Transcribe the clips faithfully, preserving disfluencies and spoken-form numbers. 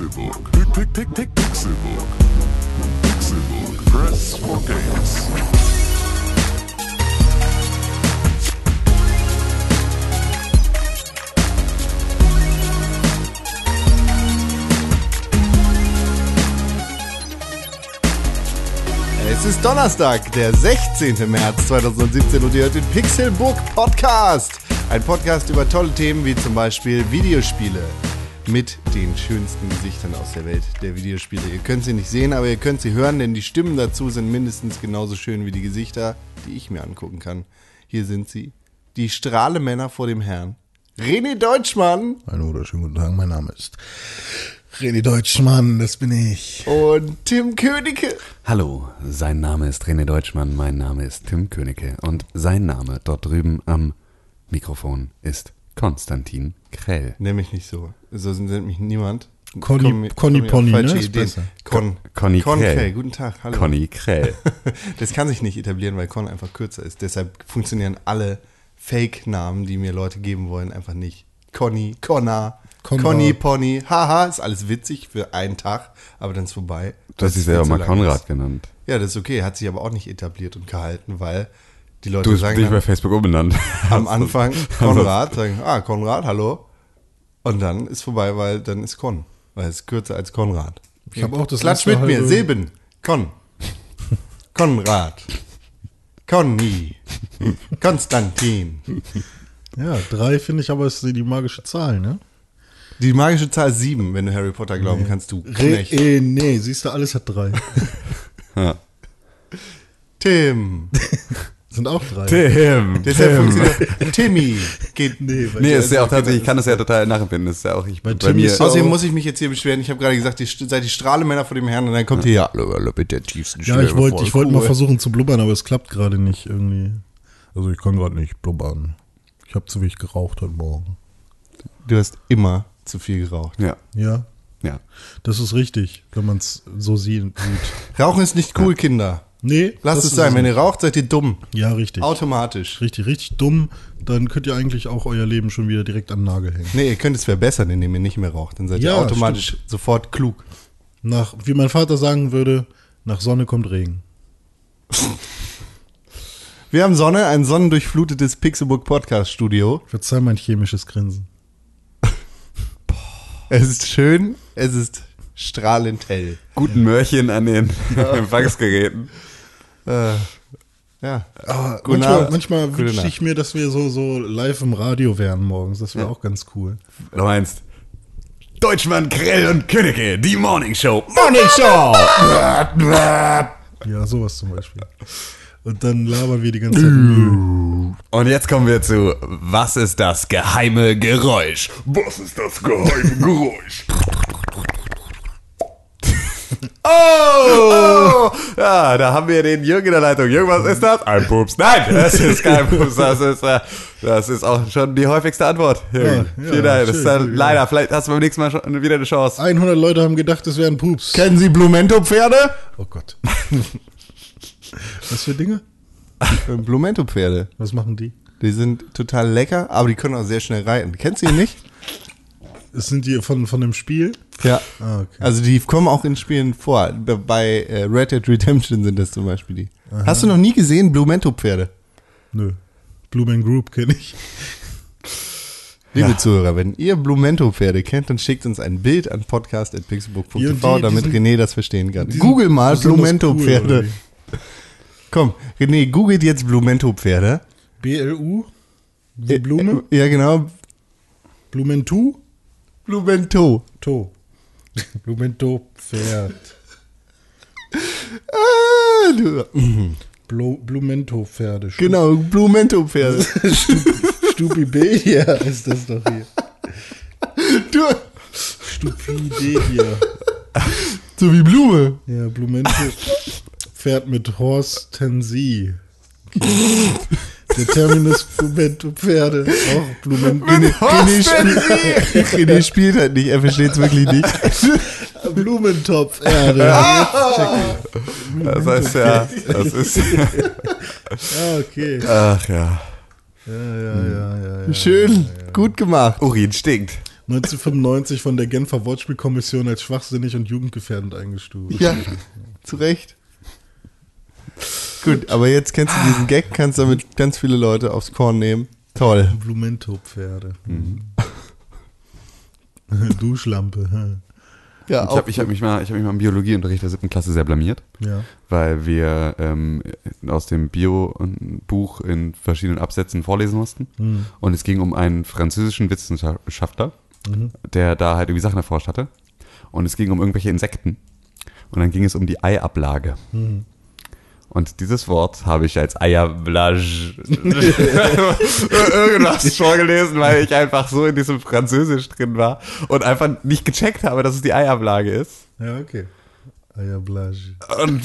Pixelbook. Pick, pick, pick, pick, Pixelbook. Pixelbook. Press for games. Es ist Donnerstag, der sechzehnten März zweitausendsiebzehn und ihr hört den Pixelbook Podcast. Ein Podcast über tolle Themen wie zum Beispiel Videospiele mit den schönsten Gesichtern aus der Welt der Videospiele. Ihr könnt sie nicht sehen, aber ihr könnt sie hören, denn die Stimmen dazu sind mindestens genauso schön wie die Gesichter, die ich mir angucken kann. Hier sind sie, die Strahlemänner vor dem Herrn. René Deutschmann. Hallo oder schönen guten Tag, mein Name ist René Deutschmann, das bin ich. Und Tim Königke. Hallo, sein Name ist René Deutschmann, mein Name ist Tim Königke und sein Name dort drüben am Mikrofon ist Konstantin Krell. Nenn mich nicht so, so nennt mich niemand. Conny, Conny Pony, falsche ne? Ideen. Con, Conny Con Krell. Krell. Guten Tag, hallo. Conny Krell. Das kann sich nicht etablieren, weil Con einfach kürzer ist. Deshalb funktionieren alle Fake-Namen, die mir Leute geben wollen, einfach nicht. Conny, Connor, Conrad. Conny, Pony, haha, ist alles witzig für einen Tag, aber dann ist vorbei. Du hast dich ist selber viel mal zu lang Konrad ist. genannt. Ja, das ist okay, hat sich aber auch nicht etabliert und gehalten, weil die Leute Du hast sagen dich dann, bei Facebook umbenannt. am Anfang Konrad, sagen, ah, Konrad, hallo. Und dann ist vorbei, weil dann ist Con, weil es ist kürzer als Konrad. Ich habe auch das Klatsch letzte mit mir, halbe- Silben, Con, Konrad, Conny, Konstantin. Ja, drei finde ich aber ist die magische Zahl, ne? Die magische Zahl sieben, wenn du Harry Potter glauben Nee. kannst, du Re Knecht. äh, nee, siehst du, alles hat drei. Ja. Tim. Sind auch drei. Tim. Deshalb funktioniert Timmy. Geht Nee, weil Nee, die ist ja auch einfach- tatsächlich, ich kann das ja total nachempfinden. Das ist ja auch, ich, Bei bei Timmy mir, ist ja- Außerdem muss ich mich jetzt hier beschweren. Ich habe gerade gesagt, ihr seid die Strahlemänner vor dem Herrn und dann kommt hier, ja, hallo, mit der tiefsten Ja, Stimme. ich wollte voll ich wollte cool. mal versuchen zu blubbern, aber es klappt gerade nicht irgendwie. Also ich kann gerade nicht blubbern. Ich habe zu wenig geraucht heute Morgen. Du hast immer zu viel geraucht. ja, Ja, ja. das ist richtig, wenn man es so sieht. Rauchen ist nicht cool, Kinder. Nee, Lasst das es ist sein. Wenn nicht. ihr raucht, seid ihr dumm. Ja, richtig. Automatisch. Richtig, richtig dumm. Dann könnt ihr eigentlich auch euer Leben schon wieder direkt an den Nagel hängen. Nee, ihr könnt es verbessern, indem ihr nicht mehr raucht. Dann seid ihr Ja, automatisch sofort klug. Nach, wie mein Vater sagen würde, nach Sonne kommt Regen. Wir haben Sonne, ein sonnendurchflutetes Pixelbook Podcast Studio. Verzeih mein chemisches Grinsen. Es ist schön, es ist strahlend hell. Guten Mörchen an den Empfangsgeräten. Äh, ja. Aber Guten manchmal Abend. manchmal Gute wünschte Nacht. ich mir, dass wir so, so live im Radio wären morgens. Das wäre auch ganz cool. Du meinst Deutschmann, Krell und Königke, die Morning Show. Morning Show! Ja, sowas zum Beispiel. Und dann labern wir die ganze Zeit. Müll. Und jetzt kommen wir zu, was ist das geheime Geräusch? Was ist das geheime Geräusch? Oh! Ja, da haben wir den Jürgen in der Leitung. Jürgen, was ist das? Ein Pups. Nein, das ist kein Pups. Das ist, äh, das ist auch schon die häufigste Antwort. Jürgen. Ja, ja, Vielen Dank. Das ist schön, dann ja. leider, vielleicht hast du beim nächsten Mal schon wieder eine Chance. hundert Leute haben gedacht, es wären Pups. Kennen Sie Blumento-Pferde? Oh Gott. Was für Dinge? Blumento-Pferde. Was machen die? Die sind total lecker, aber die können auch sehr schnell reiten. Kennst du die nicht? Das sind die von, von dem Spiel? Ja. Ah, okay. Also die kommen auch in Spielen vor. Bei äh, Red Dead Redemption sind das zum Beispiel die. Hast du noch nie gesehen, Blumento-Pferde? Nö. Blue Man Group kenne ich. Liebe Ja. Zuhörer, wenn ihr Blumento-Pferde kennt, dann schickt uns ein Bild an podcast at pixelbook punkt t v, Ja, die- die damit sind- René das verstehen kann. die sind Google mal besonders Blumento-Pferde. cool, oder Komm, René, googelt jetzt Blumento-Pferde. B L U? Wie Blume? Äh, Ja, genau. Blumentu? Blumento. To. Blumento Pferd. Ah, du. Blo Blumento Pferde. Stu- Genau, Blumento-Pferde. Stupipedia ist das doch hier. Du. Stupidedia. So wie Blume. Ja, Blumento Pferd mit Horstensie. Der Terminus Blumento Pferde. Auch Blumento. René, spiel, René spielt halt nicht, er versteht es wirklich nicht. Blumentopf Erde. Das heißt ja, das ist. Ah, okay. Ach ja. Ja, ja, ja, ja, ja. Schön, gut gemacht. Urin stinkt. neunzehnhundertfünfundneunzig von der Genfer Wortspielkommission als schwachsinnig und jugendgefährdend eingestuft. Ja, zu Recht. Gut, aber jetzt kennst du diesen Gag, kannst damit ganz viele Leute aufs Korn nehmen. Toll. Blumento-Pferde. Mhm. Duschlampe. Ja, Ich habe ich hab mich, mal- ich hab mich mal im Biologieunterricht der siebten Klasse sehr blamiert, Ja. weil wir ähm, aus dem Bio-Buch in verschiedenen Absätzen vorlesen mussten. Mhm. Und es ging um einen französischen Wissenschaftler, Mhm. der da halt irgendwie Sachen erforscht hatte. Und es ging um irgendwelche Insekten. Und dann ging es um die Eiablage. Mhm. Und dieses Wort habe ich als Eierblage irgendwas vorgelesen, weil ich einfach so in diesem Französisch drin war und einfach nicht gecheckt habe, dass es die Eiablage ist. Ja, okay. Eierblage. Und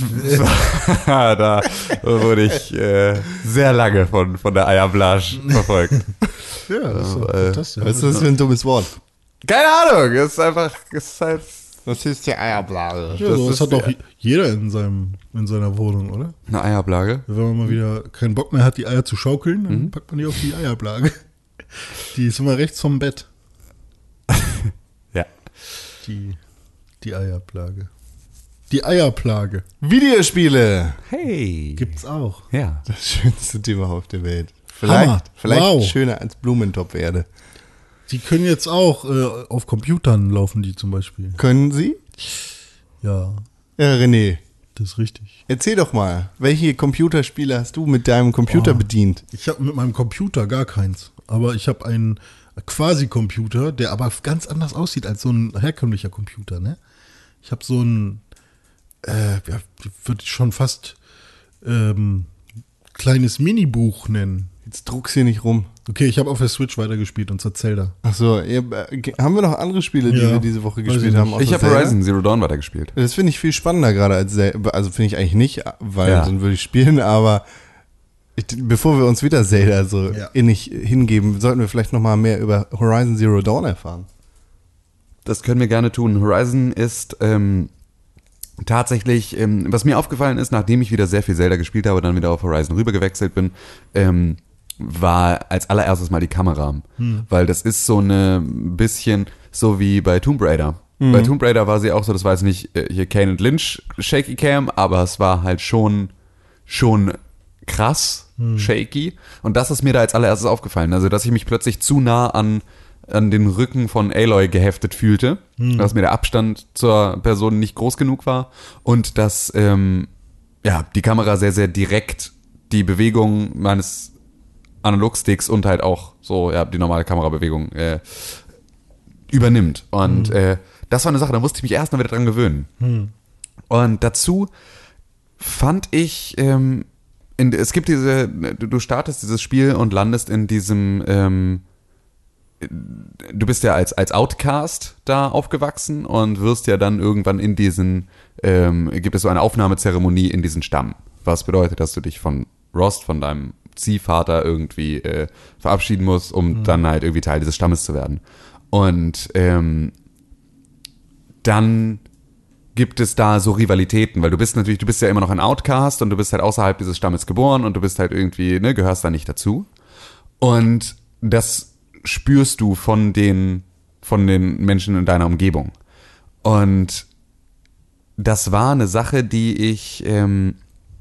da wurde ich äh, sehr lange von, von der Eierblage verfolgt. Ja, das ist doch äh, fantastisch. Was ist das für ein dummes Wort? Keine Ahnung, es ist einfach, es ist halt Was ist die Eierblase? Ja, so, das das ist hat doch der- jeder in, seinem, in seiner Wohnung, oder? eine Eierblage. Wenn man mal wieder keinen Bock mehr hat, die Eier zu schaukeln, dann Mhm. packt man die auf die Eierblage. Die ist immer rechts vom Bett. Ja. Die, die Eierplage. Die Eierplage. Videospiele. Hey. Gibt's auch. Ja. Das schönste Thema auf der Welt. Vielleicht, Hammer. vielleicht Wow. schöner als Blumentopf-Erde. Die können jetzt auch äh, auf Computern laufen, die zum Beispiel. Können Sie? Ja, Ja, René, das ist richtig. erzähl doch mal, welche Computerspiele hast du mit deinem Computer Oh. bedient? Ich habe mit meinem Computer gar keins. Aber ich habe einen Quasi-Computer, der aber ganz anders aussieht als so ein herkömmlicher Computer. Ne? Ich habe so ein, äh, ja, würde ich schon fast ähm, kleines Minibuch nennen. Jetzt druck's hier nicht rum. Okay, ich habe auf der Switch weitergespielt und zwar Zelda. Achso, äh, haben wir noch andere Spiele, die Ja, wir diese Woche weiß gespielt ich haben? nicht. außer Ich habe Zelda? Horizon Zero Dawn weitergespielt. Das finde ich viel spannender gerade als Zelda. Also finde ich eigentlich nicht, weil Ja. dann würde ich spielen, aber ich, bevor wir uns wieder Zelda so Ja. innig hingeben, sollten wir vielleicht noch mal mehr über Horizon Zero Dawn erfahren. Das können wir gerne tun. Horizon ist ähm, tatsächlich, ähm, was mir aufgefallen ist, nachdem ich wieder sehr viel Zelda gespielt habe, dann wieder auf Horizon rüber gewechselt bin, ähm, war als allererstes mal die Kamera. Weil das ist so eine bisschen so wie bei Tomb Raider. Bei Tomb Raider war sie auch so, das war jetzt nicht äh, hier Kane und Lynch Shaky Cam, aber es war halt schon, schon krass shaky. Und das ist mir da als allererstes aufgefallen. Also, dass ich mich plötzlich zu nah an, an den Rücken von Aloy geheftet fühlte, dass mir der Abstand zur Person nicht groß genug war und dass ähm, ja, die Kamera sehr, sehr direkt die Bewegung meines Analogsticks und halt auch so ja, die normale Kamerabewegung äh, übernimmt. Und äh, das war eine Sache, da musste ich mich erst mal wieder dran gewöhnen. Und dazu fand ich, ähm, in, es gibt diese, du, du startest dieses Spiel und landest in diesem, ähm, du bist ja als, als Outcast da aufgewachsen und wirst ja dann irgendwann in diesen, ähm, gibt es so eine Aufnahmezeremonie in diesen Stamm. Was bedeutet, dass du dich von Rost, von deinem Ziehvater irgendwie äh, verabschieden musst, um mhm. dann halt irgendwie Teil dieses Stammes zu werden. Und ähm, dann gibt es da so Rivalitäten, weil du bist natürlich, du bist ja immer noch ein Outcast und du bist halt außerhalb dieses Stammes geboren und du bist halt irgendwie, ne, gehörst da nicht dazu. Und das spürst du von den, von den Menschen in deiner Umgebung. Und das war eine Sache, die ich, ähm,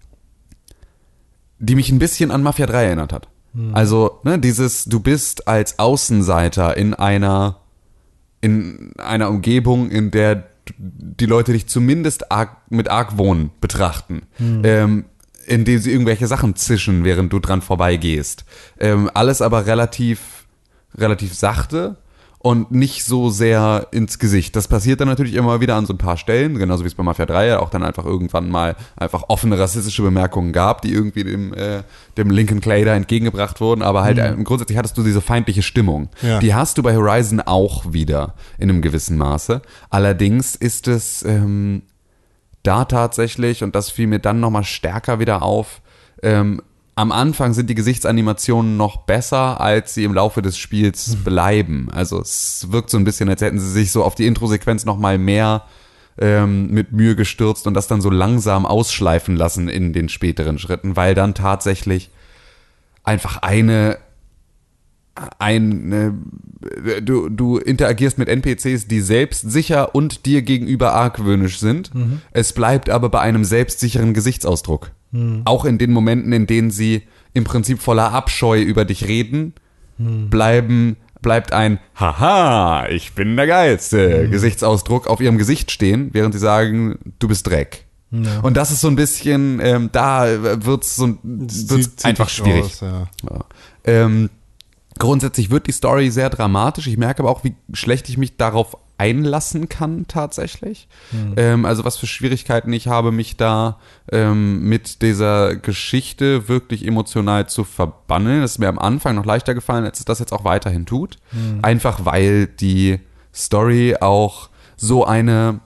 die mich ein bisschen an Mafia drei erinnert hat. Mhm. Also, ne, dieses, du bist als Außenseiter in einer, in einer Umgebung, in der die Leute dich zumindest arg, mit Argwohn betrachten, mhm. ähm, in dem sie irgendwelche Sachen zischen, während du dran vorbeigehst. Ähm, alles aber relativ, relativ sachte und nicht so sehr ins Gesicht. Das passiert dann natürlich immer wieder an so ein paar Stellen, genauso wie es bei Mafia drei ja auch dann einfach irgendwann mal einfach offene rassistische Bemerkungen gab, die irgendwie dem, äh, dem Lincoln Clay da entgegengebracht wurden, aber halt mhm. äh, grundsätzlich hattest du diese feindliche Stimmung. Ja. Die hast du bei Horizon auch wieder in einem gewissen Maße. Allerdings ist es ähm, da tatsächlich, und das fiel mir dann nochmal stärker wieder auf, ähm, am Anfang sind die Gesichtsanimationen noch besser, als sie im Laufe des Spiels bleiben. Also es wirkt so ein bisschen, als hätten sie sich so auf die Introsequenz noch mal mehr ähm, mit Mühe gestürzt und das dann so langsam ausschleifen lassen in den späteren Schritten, weil dann tatsächlich einfach eine ein, äh, du, du interagierst mit N P Cs, die selbstsicher und dir gegenüber argwöhnisch sind. Mhm. Es bleibt aber bei einem selbstsicheren Gesichtsausdruck. Mhm. Auch in den Momenten, in denen sie im Prinzip voller Abscheu über dich reden, mhm. bleiben, bleibt ein Haha, ich bin der Geilste mhm. Gesichtsausdruck auf ihrem Gesicht stehen, während sie sagen, du bist Dreck. Ja. Und das ist so ein bisschen, ähm, da wird's so wird's Sieht einfach schwierig. Aus, ja. Ja. Ähm, grundsätzlich wird die Story sehr dramatisch. Ich merke aber auch, wie schlecht ich mich darauf einlassen kann tatsächlich. Hm. Ähm, also was für Schwierigkeiten ich habe, mich da ähm, mit dieser Geschichte wirklich emotional zu verbannen. Das ist mir am Anfang noch leichter gefallen, als es das jetzt auch weiterhin tut. Hm. Einfach weil die Story auch so eine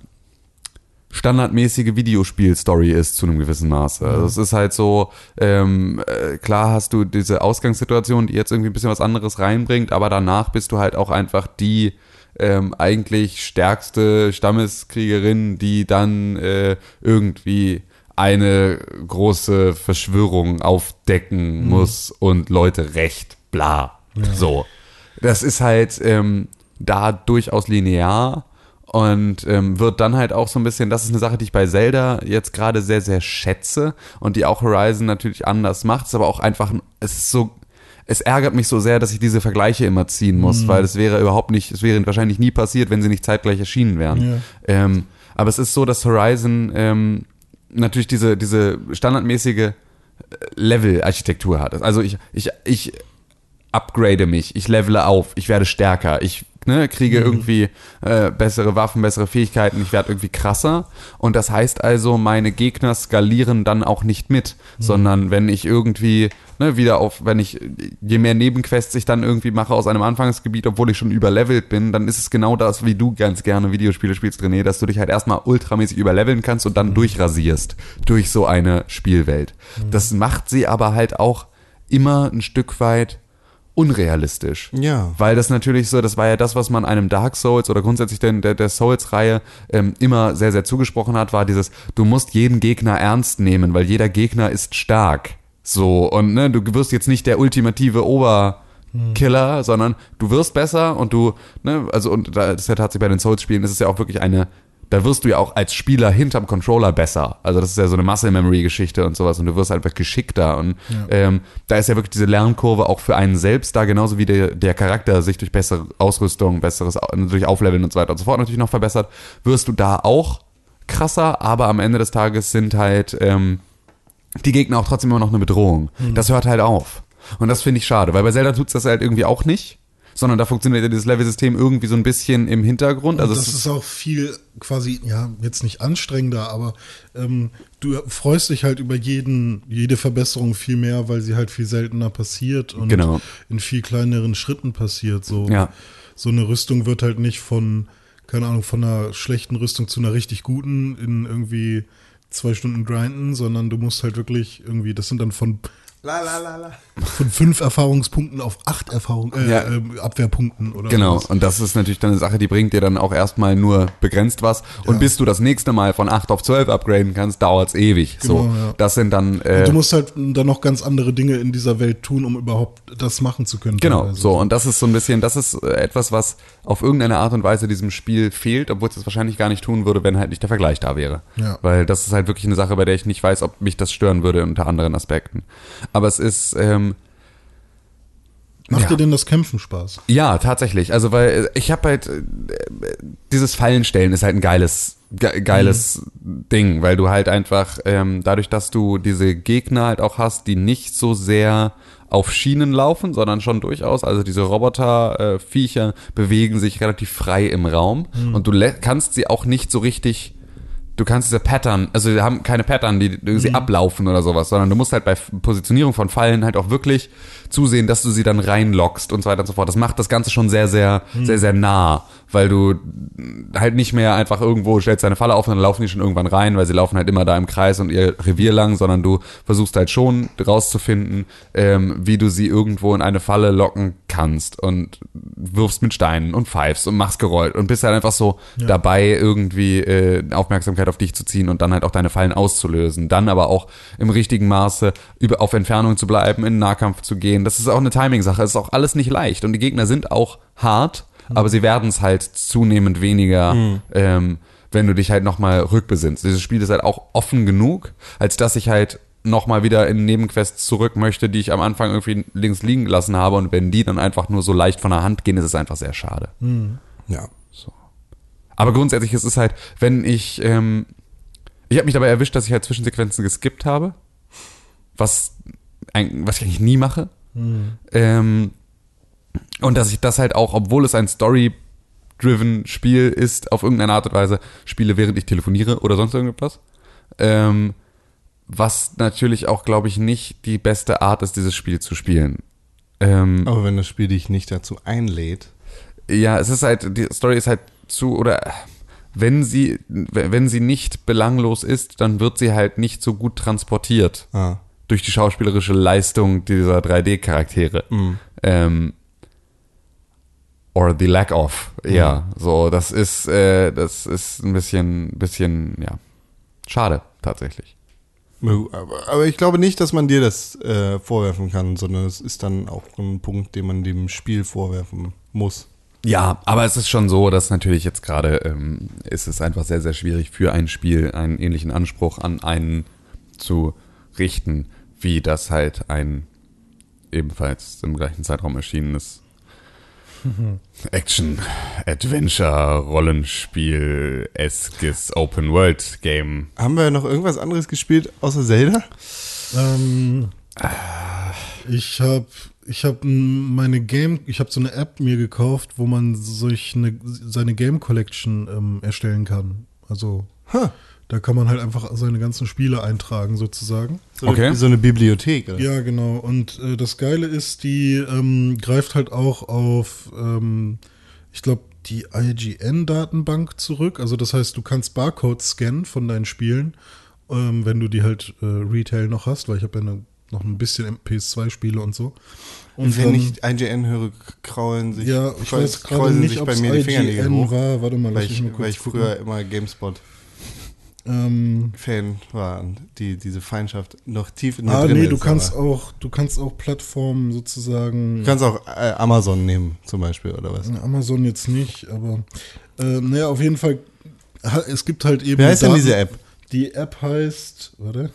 standardmäßige Videospiel-Story ist zu einem gewissen Maße. Also es ist halt so, ähm, äh, klar hast du diese Ausgangssituation, die jetzt irgendwie ein bisschen was anderes reinbringt, aber danach bist du halt auch einfach die ähm, eigentlich stärkste Stammeskriegerin, die dann äh, irgendwie eine große Verschwörung aufdecken mhm. muss und Leute recht, bla. Ja. So. Das ist halt ähm, da durchaus linear. Und ähm, wird dann halt auch so ein bisschen, das ist eine Sache, die ich bei Zelda jetzt gerade sehr, sehr schätze und die auch Horizon natürlich anders macht. Es ist aber auch einfach, es ist so, es ärgert mich so sehr, dass ich diese Vergleiche immer ziehen muss, mhm. weil es wäre überhaupt nicht, es wäre wahrscheinlich nie passiert, wenn sie nicht zeitgleich erschienen wären. Ja. Ähm, aber es ist so, dass Horizon ähm, natürlich diese, diese standardmäßige Level-Architektur hat. Also ich, ich, ich upgrade mich, ich levele auf, ich werde stärker, ich Ne, kriege mhm. irgendwie äh, bessere Waffen, bessere Fähigkeiten, ich werde irgendwie krasser und das heißt also, meine Gegner skalieren dann auch nicht mit, mhm. sondern wenn ich irgendwie ne, wieder auf, wenn ich, je mehr Nebenquests ich dann irgendwie mache aus einem Anfangsgebiet, obwohl ich schon überlevelt bin, dann ist es genau das, wie du ganz gerne Videospiele spielst, René, dass du dich halt erstmal ultramäßig überleveln kannst und dann mhm. durchrasierst durch so eine Spielwelt. Mhm. Das macht sie aber halt auch immer ein Stück weit unrealistisch. Ja. Weil das natürlich so, das war ja das, was man einem Dark Souls oder grundsätzlich der, der, der Souls-Reihe ähm, immer sehr, sehr zugesprochen hat, war dieses, du musst jeden Gegner ernst nehmen, weil jeder Gegner ist stark. So, und ne, du wirst jetzt nicht der ultimative Oberkiller, hm. sondern du wirst besser und du, ne, also und das ist ja tatsächlich bei den Souls-Spielen, ist es ja auch wirklich eine, da wirst du ja auch als Spieler hinterm Controller besser. Also das ist ja so eine Muscle-Memory-Geschichte und sowas und du wirst einfach geschickter und ja. ähm, da ist ja wirklich diese Lernkurve auch für einen selbst da, genauso wie der, der Charakter sich durch bessere Ausrüstung, besseres, durch Aufleveln und so weiter und so fort natürlich noch verbessert, wirst du da auch krasser, aber am Ende des Tages sind halt ähm, die Gegner auch trotzdem immer noch eine Bedrohung. Mhm. Das hört halt auf. Und das finde ich schade, weil bei Zelda tut's das halt irgendwie auch nicht. Sondern da funktioniert ja dieses Level-System irgendwie so ein bisschen im Hintergrund. Also das es ist auch viel quasi, ja, jetzt nicht anstrengender, aber ähm, du freust dich halt über jeden, jede Verbesserung viel mehr, weil sie halt viel seltener passiert und genau. in viel kleineren Schritten passiert. So, ja. so eine Rüstung wird halt nicht von, keine Ahnung, von einer schlechten Rüstung zu einer richtig guten in irgendwie zwei Stunden grinden, sondern du musst halt wirklich irgendwie, das sind dann von La, la, la, la. Von fünf Erfahrungspunkten auf acht Erfahrung, äh, ja. äh, Abwehrpunkten oder Genau, was. Und das ist natürlich dann eine Sache, die bringt dir dann auch erstmal nur begrenzt was. Ja. Und bis du das nächste Mal von acht auf zwölf upgraden kannst, dauert's ewig. Genau, so, ja. Das sind dann. Äh, und du musst halt dann noch ganz andere Dinge in dieser Welt tun, um überhaupt das machen zu können. Genau, teilweise. So. Und das ist so ein bisschen, das ist etwas, was auf irgendeine Art und Weise diesem Spiel fehlt, obwohl es das wahrscheinlich gar nicht tun würde, wenn halt nicht der Vergleich da wäre. Ja. Weil das ist halt wirklich eine Sache, bei der ich nicht weiß, ob mich das stören würde unter anderen Aspekten. Aber es ist, ähm, Macht ja. dir denn das Kämpfen Spaß? Ja, tatsächlich. Also, weil ich habe halt, äh, dieses Fallenstellen ist halt ein geiles, ge- geiles mhm. Ding, weil du halt einfach, ähm, dadurch, dass du diese Gegner halt auch hast, die nicht so sehr auf Schienen laufen, sondern schon durchaus, also diese Roboter-Viecher äh, bewegen sich relativ frei im Raum mhm. und du le- kannst sie auch nicht so richtig, du kannst diese Pattern, also sie haben keine Pattern, die sie mhm. ablaufen oder sowas, sondern du musst halt bei Positionierung von Fallen halt auch wirklich zusehen, dass du sie dann reinlockst und so weiter und so fort. Das macht das Ganze schon sehr, sehr, mhm. sehr, sehr nah, weil du halt nicht mehr einfach irgendwo stellst deine Falle auf und dann laufen die schon irgendwann rein, weil sie laufen halt immer da im Kreis und ihr Revier lang, sondern du versuchst halt schon rauszufinden, ähm, wie du sie irgendwo in eine Falle locken kannst und wirfst mit Steinen und pfeifst und machst gerollt und bist halt einfach so ja. dabei, irgendwie äh, Aufmerksamkeit Aufmerksamkeit auf dich zu ziehen und dann halt auch deine Fallen auszulösen. Dann aber auch im richtigen Maße über, auf Entfernung zu bleiben, in den Nahkampf zu gehen. Das ist auch eine Timing-Sache. Es ist auch alles nicht leicht. Und die Gegner sind auch hart, mhm. aber sie werden es halt zunehmend weniger, mhm. ähm, wenn du dich halt nochmal rückbesinnst. Dieses Spiel ist halt auch offen genug, als dass ich halt nochmal wieder in Nebenquests zurück möchte, die ich am Anfang irgendwie links liegen gelassen habe. Und wenn die dann einfach nur so leicht von der Hand gehen, ist es einfach sehr schade. Mhm. Ja. So. Aber grundsätzlich ist es halt, wenn ich, ähm, ich habe mich dabei erwischt, dass ich halt Zwischensequenzen geskippt habe, was, ein, was ich eigentlich nie mache. Mhm. Ähm, und dass ich das halt auch, obwohl es ein Story-driven Spiel ist, auf irgendeine Art und Weise spiele, während ich telefoniere oder sonst irgendwas. Ähm, was natürlich auch, glaube ich, nicht die beste Art ist, dieses Spiel zu spielen. Ähm, Aber wenn das Spiel dich nicht dazu einlädt. Ja, es ist halt, die Story ist halt zu, oder wenn sie, wenn sie nicht belanglos ist, dann wird sie halt nicht so gut transportiert Ah. durch die schauspielerische Leistung dieser drei D-Charaktere. Mhm. Ähm, or the lack of, ja. Mhm. So, das ist, äh, das ist ein bisschen, bisschen, ja, schade, tatsächlich. Aber, aber ich glaube nicht, dass man dir das äh, vorwerfen kann, sondern es ist dann auch ein Punkt, den man dem Spiel vorwerfen muss. Ja, aber es ist schon so, dass natürlich jetzt gerade ähm, ist es einfach sehr, sehr schwierig für ein Spiel einen ähnlichen Anspruch an einen zu richten, wie das halt ein ebenfalls im gleichen Zeitraum erschienenes Action, Adventure, Rollenspiel, eskes Open-World-Game. Haben wir noch irgendwas anderes gespielt außer Zelda? Ähm, ich habe ich hab meine Game, ich habe so eine App mir gekauft, wo man solch eine, seine Game Collection ähm, erstellen kann. Also Huh. da kann man halt einfach seine ganzen Spiele eintragen sozusagen. So, Okay. eine, so eine Bibliothek. Oder? Ja, genau. Und äh, das Geile ist, die ähm, greift halt auch auf, ähm, ich glaube, die I G N-Datenbank zurück. Also das heißt, du kannst Barcodes scannen von deinen Spielen, ähm, wenn du die halt äh, Retail noch hast, weil ich habe ja eine, noch ein bisschen P S zwei Spiele und so. Und Wenn dann, ich I G N höre, kraulen sich, ja, ich krau- weiß gerade kräuseln nicht, sich ob bei es mir die I G Fingernägel N hoch, war. Warte mal, weil lass mich ich, mal kurz weil ich gucken. früher immer GameSpot Ähm, Fan war und die, diese Feindschaft noch tief in mir ah, drin nee, ist. du kannst aber- auch, du kannst auch Plattformen sozusagen. Du kannst auch äh, Amazon nehmen, zum Beispiel, oder was? Amazon jetzt nicht, aber äh, naja, auf jeden Fall, ha- es gibt halt eben. Wie heißt denn Daten- diese App? Die App heißt, warte,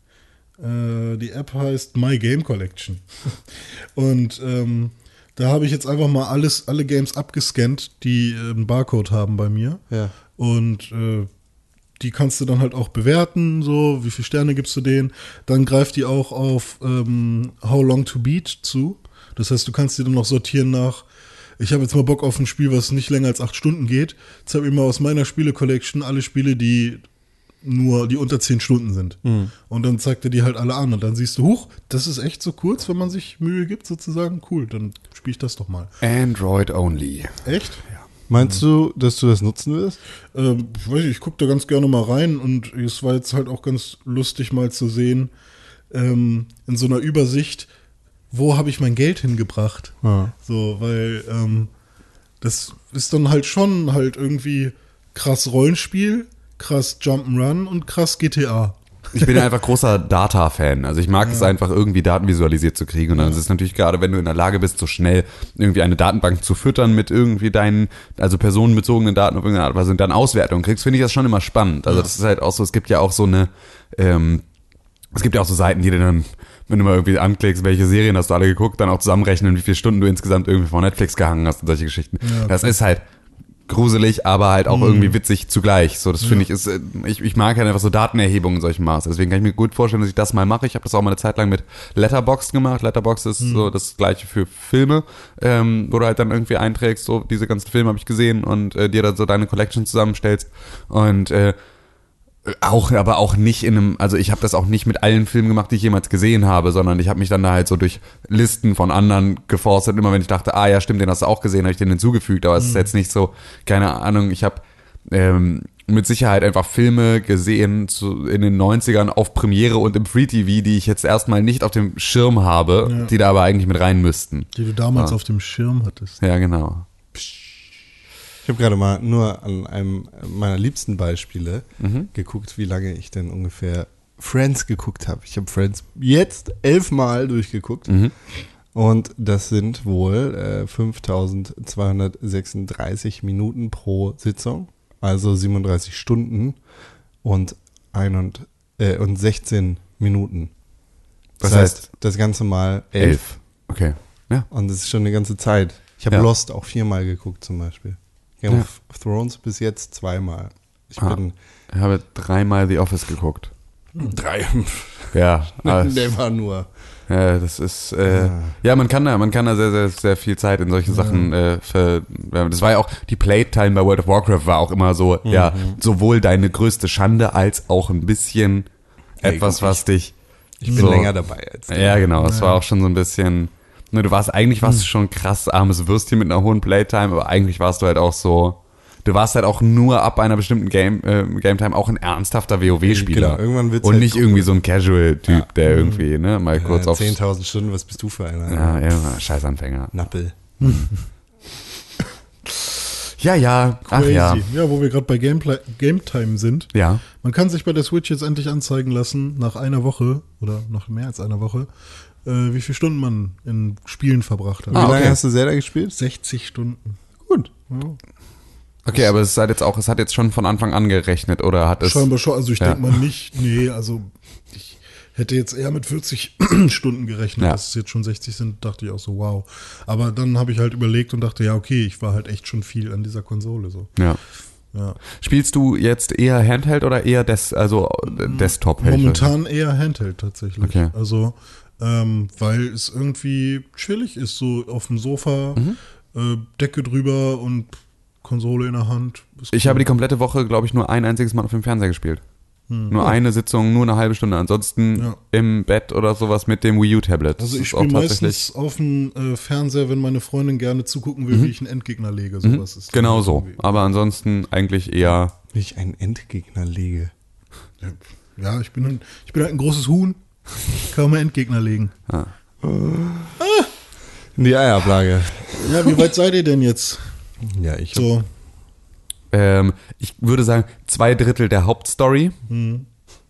äh, die App heißt My Game Collection. Und ähm, da habe ich jetzt einfach mal alles, alle Games abgescannt, die äh, einen Barcode haben bei mir. Ja. Und äh, die kannst du dann halt auch bewerten, so, wie viele Sterne gibst du denen. Dann greift die auch auf ähm, How Long to Beat zu. Das heißt, du kannst die dann noch sortieren nach, ich habe jetzt mal Bock auf ein Spiel, was nicht länger als acht Stunden geht. Jetzt habe ich mal aus meiner Spiele-Collection alle Spiele, die nur, die unter zehn Stunden sind. Mhm. Und dann zeigt er die halt alle an. Und dann siehst du, huch, das ist echt so kurz, wenn man sich Mühe gibt, sozusagen. Cool, dann spiele ich das doch mal. Android only. Echt? Meinst du, dass du das nutzen wirst? Ähm, ich weiß nicht, ich gucke da ganz gerne mal rein und es war jetzt halt auch ganz lustig mal zu sehen, ähm, in so einer Übersicht, wo habe ich mein Geld hingebracht? Ja. So, weil ähm, das ist dann halt schon halt irgendwie krass Rollenspiel, krass Jump'n'Run und krass G T A. Ich bin ja einfach großer Data-Fan. Also ich mag es einfach irgendwie Daten visualisiert zu kriegen. Und dann ist es natürlich gerade, wenn du in der Lage bist, so schnell irgendwie eine Datenbank zu füttern mit irgendwie deinen, also personenbezogenen Daten auf irgendeine Art und Weise und dann Auswertung kriegst, finde ich das schon immer spannend. Also das ist halt auch so, es gibt ja auch so eine, ähm, es gibt ja auch so Seiten, die dir dann, wenn du mal irgendwie anklickst, welche Serien hast du alle geguckt, dann auch zusammenrechnen, wie viele Stunden du insgesamt irgendwie vor Netflix gehangen hast und solche Geschichten. Ja, das ist halt gruselig, aber halt auch irgendwie witzig zugleich. So, das finde ich ist, äh, ich, ich mag halt einfach so Datenerhebungen in solchen Maß. Deswegen kann ich mir gut vorstellen, dass ich das mal mache. Ich habe das auch mal eine Zeit lang mit Letterboxd gemacht. Letterboxd ist so das Gleiche für Filme, ähm, wo du halt dann irgendwie einträgst, so diese ganzen Filme habe ich gesehen und äh, dir dann so deine Collection zusammenstellst und äh, auch, aber auch nicht in einem, also ich habe das auch nicht mit allen Filmen gemacht, die ich jemals gesehen habe, sondern ich habe mich dann da halt so durch Listen von anderen geforstet. Immer wenn ich dachte, ah ja, stimmt, den hast du auch gesehen, habe ich den hinzugefügt. Aber es ist jetzt nicht so, keine Ahnung, ich habe ähm, mit Sicherheit einfach Filme gesehen zu, in den neunzigern auf Premiere und im Free-T V, die ich jetzt erstmal nicht auf dem Schirm habe, Ja. die da aber eigentlich mit rein müssten. Die du damals Ja. auf dem Schirm hattest. Ja, genau. Ich habe gerade mal nur an einem meiner liebsten Beispiele Mhm. geguckt, wie lange ich denn ungefähr Friends geguckt habe. Ich habe Friends jetzt elfmal durchgeguckt. Mhm. Und das sind wohl äh, fünftausendzweihundertsechsunddreißig Minuten pro Sitzung, also siebenunddreißig Stunden und, ein und, äh, und sechzehn Minuten. Das Was heißt, heißt? das Ganze mal elf. Elf. Okay. Ja. Und das ist schon eine ganze Zeit. Ich habe Ja. Lost auch viermal geguckt zum Beispiel. Game Ja. of Thrones bis jetzt zweimal. Ich Ah. bin Ich habe dreimal The Office geguckt. drei. Ja, aber es- Never nur. ja, das ist, äh, Ah. ja, man kann da, man kann da sehr, sehr, sehr viel Zeit in solche Sachen, äh, ver, ja, das war ja auch, die Playtime bei World of Warcraft war auch immer so, ja, sowohl deine größte Schande als auch ein bisschen Ey, etwas, guck, was dich, Ich bin so, länger dabei als du. Ja, genau, es war auch schon so ein bisschen, ne, du warst, eigentlich warst du schon ein krass armes Würstchen mit einer hohen Playtime, aber eigentlich warst du halt auch so, du warst halt auch nur ab einer bestimmten Game, äh, Game Time auch ein ernsthafter WoW-Spieler. Genau, irgendwann wird's und halt nicht cool. irgendwie so ein Casual-Typ, Ja. der irgendwie, ne, mal kurz Ja, auf, zehntausend Stunden, was bist du für einer? ja, ja, Scheißanfänger. Nappel. Ja, ja, ach Crazy. ja. Ja, wo wir gerade bei Gameplay, Game Time sind. Ja. Man kann sich bei der Switch jetzt endlich anzeigen lassen, nach einer Woche oder noch mehr als einer Woche, äh, wie viele Stunden man in Spielen verbracht hat. Wie Ah, lange okay. hast du Zelda gespielt? sechzig Stunden. Gut. Okay, aber es hat jetzt auch, es hat jetzt schon von Anfang an gerechnet, oder hat es? Scheinbar schon, also ich Ja. denke mal nicht, nee, also ich hätte jetzt eher mit vierzig Stunden gerechnet, Ja. dass es jetzt schon sechzig sind, dachte ich auch so, wow. Aber dann habe ich halt überlegt und dachte, ja, okay, ich war halt echt schon viel an dieser Konsole so. Ja. Ja. Spielst du jetzt eher Handheld oder eher Des, also äh, Desktop? Momentan eher Handheld tatsächlich. Okay. Also, ähm, weil es irgendwie chillig ist, so auf dem Sofa, Mhm. äh, Decke drüber und Konsole in der Hand. Ist Ich cool. habe die komplette Woche, glaube ich, nur ein einziges Mal auf dem Fernseher gespielt. Nur eine Sitzung, nur eine halbe Stunde. Ansonsten Ja. im Bett oder sowas mit dem Wii U-Tablet. Also Das ich ist auch spiele tatsächlich- meistens auf dem äh, Fernseher, wenn meine Freundin gerne zugucken will, wie ich einen Endgegner lege. Sowas ist Genau dann so. irgendwie- Aber ansonsten eigentlich eher. Wie ich einen Endgegner lege. Ja, ich bin, ein, ich bin halt ein großes Huhn. Kann man Endgegner legen. In die Eiablage. Ja, wie weit seid ihr denn jetzt? Ja, ich hab, So, Ähm, ich würde sagen, zwei Drittel der Hauptstory. Mhm.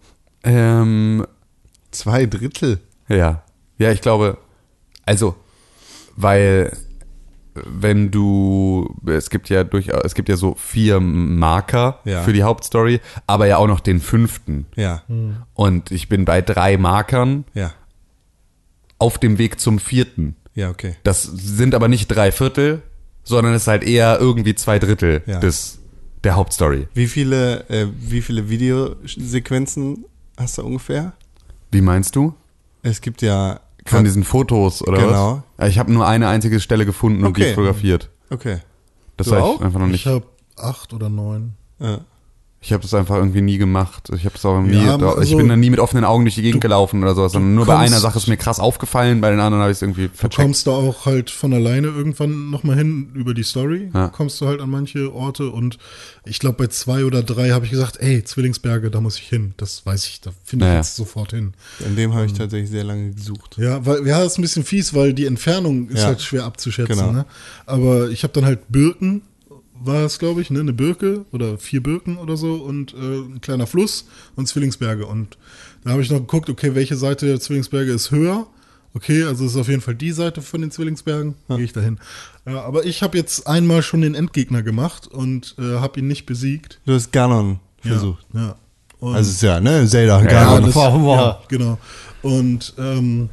Ähm, zwei Drittel. Ja, ja, ich glaube, also, weil wenn du, es gibt ja durchaus, es gibt ja so vier Marker Ja. für die Hauptstory, aber ja auch noch den fünften. Ja, Und ich bin bei drei Markern ja, auf dem Weg zum vierten. ja, okay. Das sind aber nicht drei Viertel, sondern es ist halt eher irgendwie zwei Drittel Ja. des, der Hauptstory. Wie viele, äh, wie viele Videosequenzen hast du ungefähr? Wie meinst du? Es gibt ja... Von diesen Fotos oder Genau. was? Ich habe nur eine einzige Stelle gefunden und die Okay. ist fotografiert. Okay. Das Du habe auch? ich einfach noch ich nicht. habe acht oder neun. Ja. Ich habe das einfach irgendwie nie gemacht. Ich habe das auch nie. Ja, da, ich also- bin da nie mit offenen Augen durch die Gegend Du- gelaufen oder sowas. Sondern nur bei kommst- einer Sache ist mir krass aufgefallen, bei den anderen habe ich es irgendwie Du vercheckt. kommst da auch halt von alleine irgendwann nochmal hin über die Story. Ja. Kommst du halt an manche Orte und ich glaube bei zwei oder drei habe ich gesagt, ey, Zwillingsberge, da muss ich hin. Das weiß ich, da finde ich Ja, ja. jetzt sofort hin. In dem habe ich tatsächlich sehr lange gesucht. Ja, weil ja, ist ein bisschen fies, weil die Entfernung ist Ja. halt schwer abzuschätzen. Genau. Ne? Aber ich habe dann halt Birken, war es glaube ich, ne, eine Birke oder vier Birken oder so und äh, ein kleiner Fluss und Zwillingsberge. Und da habe ich noch geguckt, okay, welche Seite der Zwillingsberge ist höher? Okay, also ist auf jeden Fall die Seite von den Zwillingsbergen. Ja. Gehe ich dahin. Ja, aber ich habe jetzt einmal schon den Endgegner gemacht und äh, habe ihn nicht besiegt. Du hast Ganon versucht. Ja. ja. Und Also es ist ja, ne? Zelda, ja, Ganon. das, Wow, wow. ja, genau. Und ähm,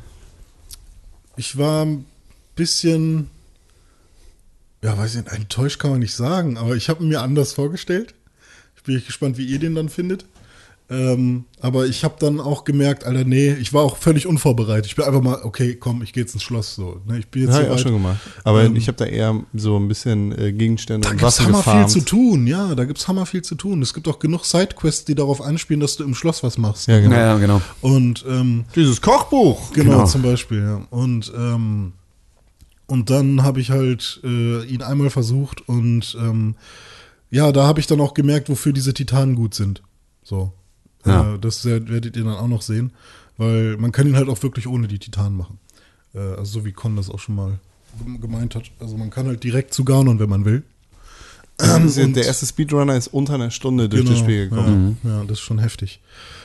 ich war ein bisschen, ja, weiß ich nicht, enttäuscht kann man nicht sagen, aber ich habe mir anders vorgestellt. Ich bin gespannt, wie ihr den dann findet. Ähm, aber ich habe dann auch gemerkt, Alter, nee, ich war auch völlig unvorbereitet. Ich bin einfach mal, okay, komm, ich gehe jetzt ins Schloss. So, ne, ich bin jetzt Das so habe ich auch weit. schon gemacht. Aber Ähm, ich habe da eher so ein bisschen äh, Gegenstände Da und gibt's Waffen hammer viel gefarmt. zu tun, ja, da gibt's hammer viel zu tun. Es gibt auch genug Sidequests, die darauf anspielen, dass du im Schloss was machst. Ja, genau. Ja, ja, genau. Und ähm, Dieses Kochbuch. Genau, Genau. zum Beispiel, ja. Und, ähm, und dann habe ich halt äh, ihn einmal versucht und ähm, ja, da habe ich dann auch gemerkt, wofür diese Titanen gut sind. So. Ja. Äh, das werdet ihr dann auch noch sehen, weil man kann ihn halt auch wirklich ohne die Titanen machen. Äh, also so wie Con das auch schon mal gemeint hat. Also man kann halt direkt zu Ganon, wenn man will. Das ist ja, Und- der erste Speedrunner ist unter einer Stunde durch das Spiel gekommen. Ja, ja, das ist schon heftig.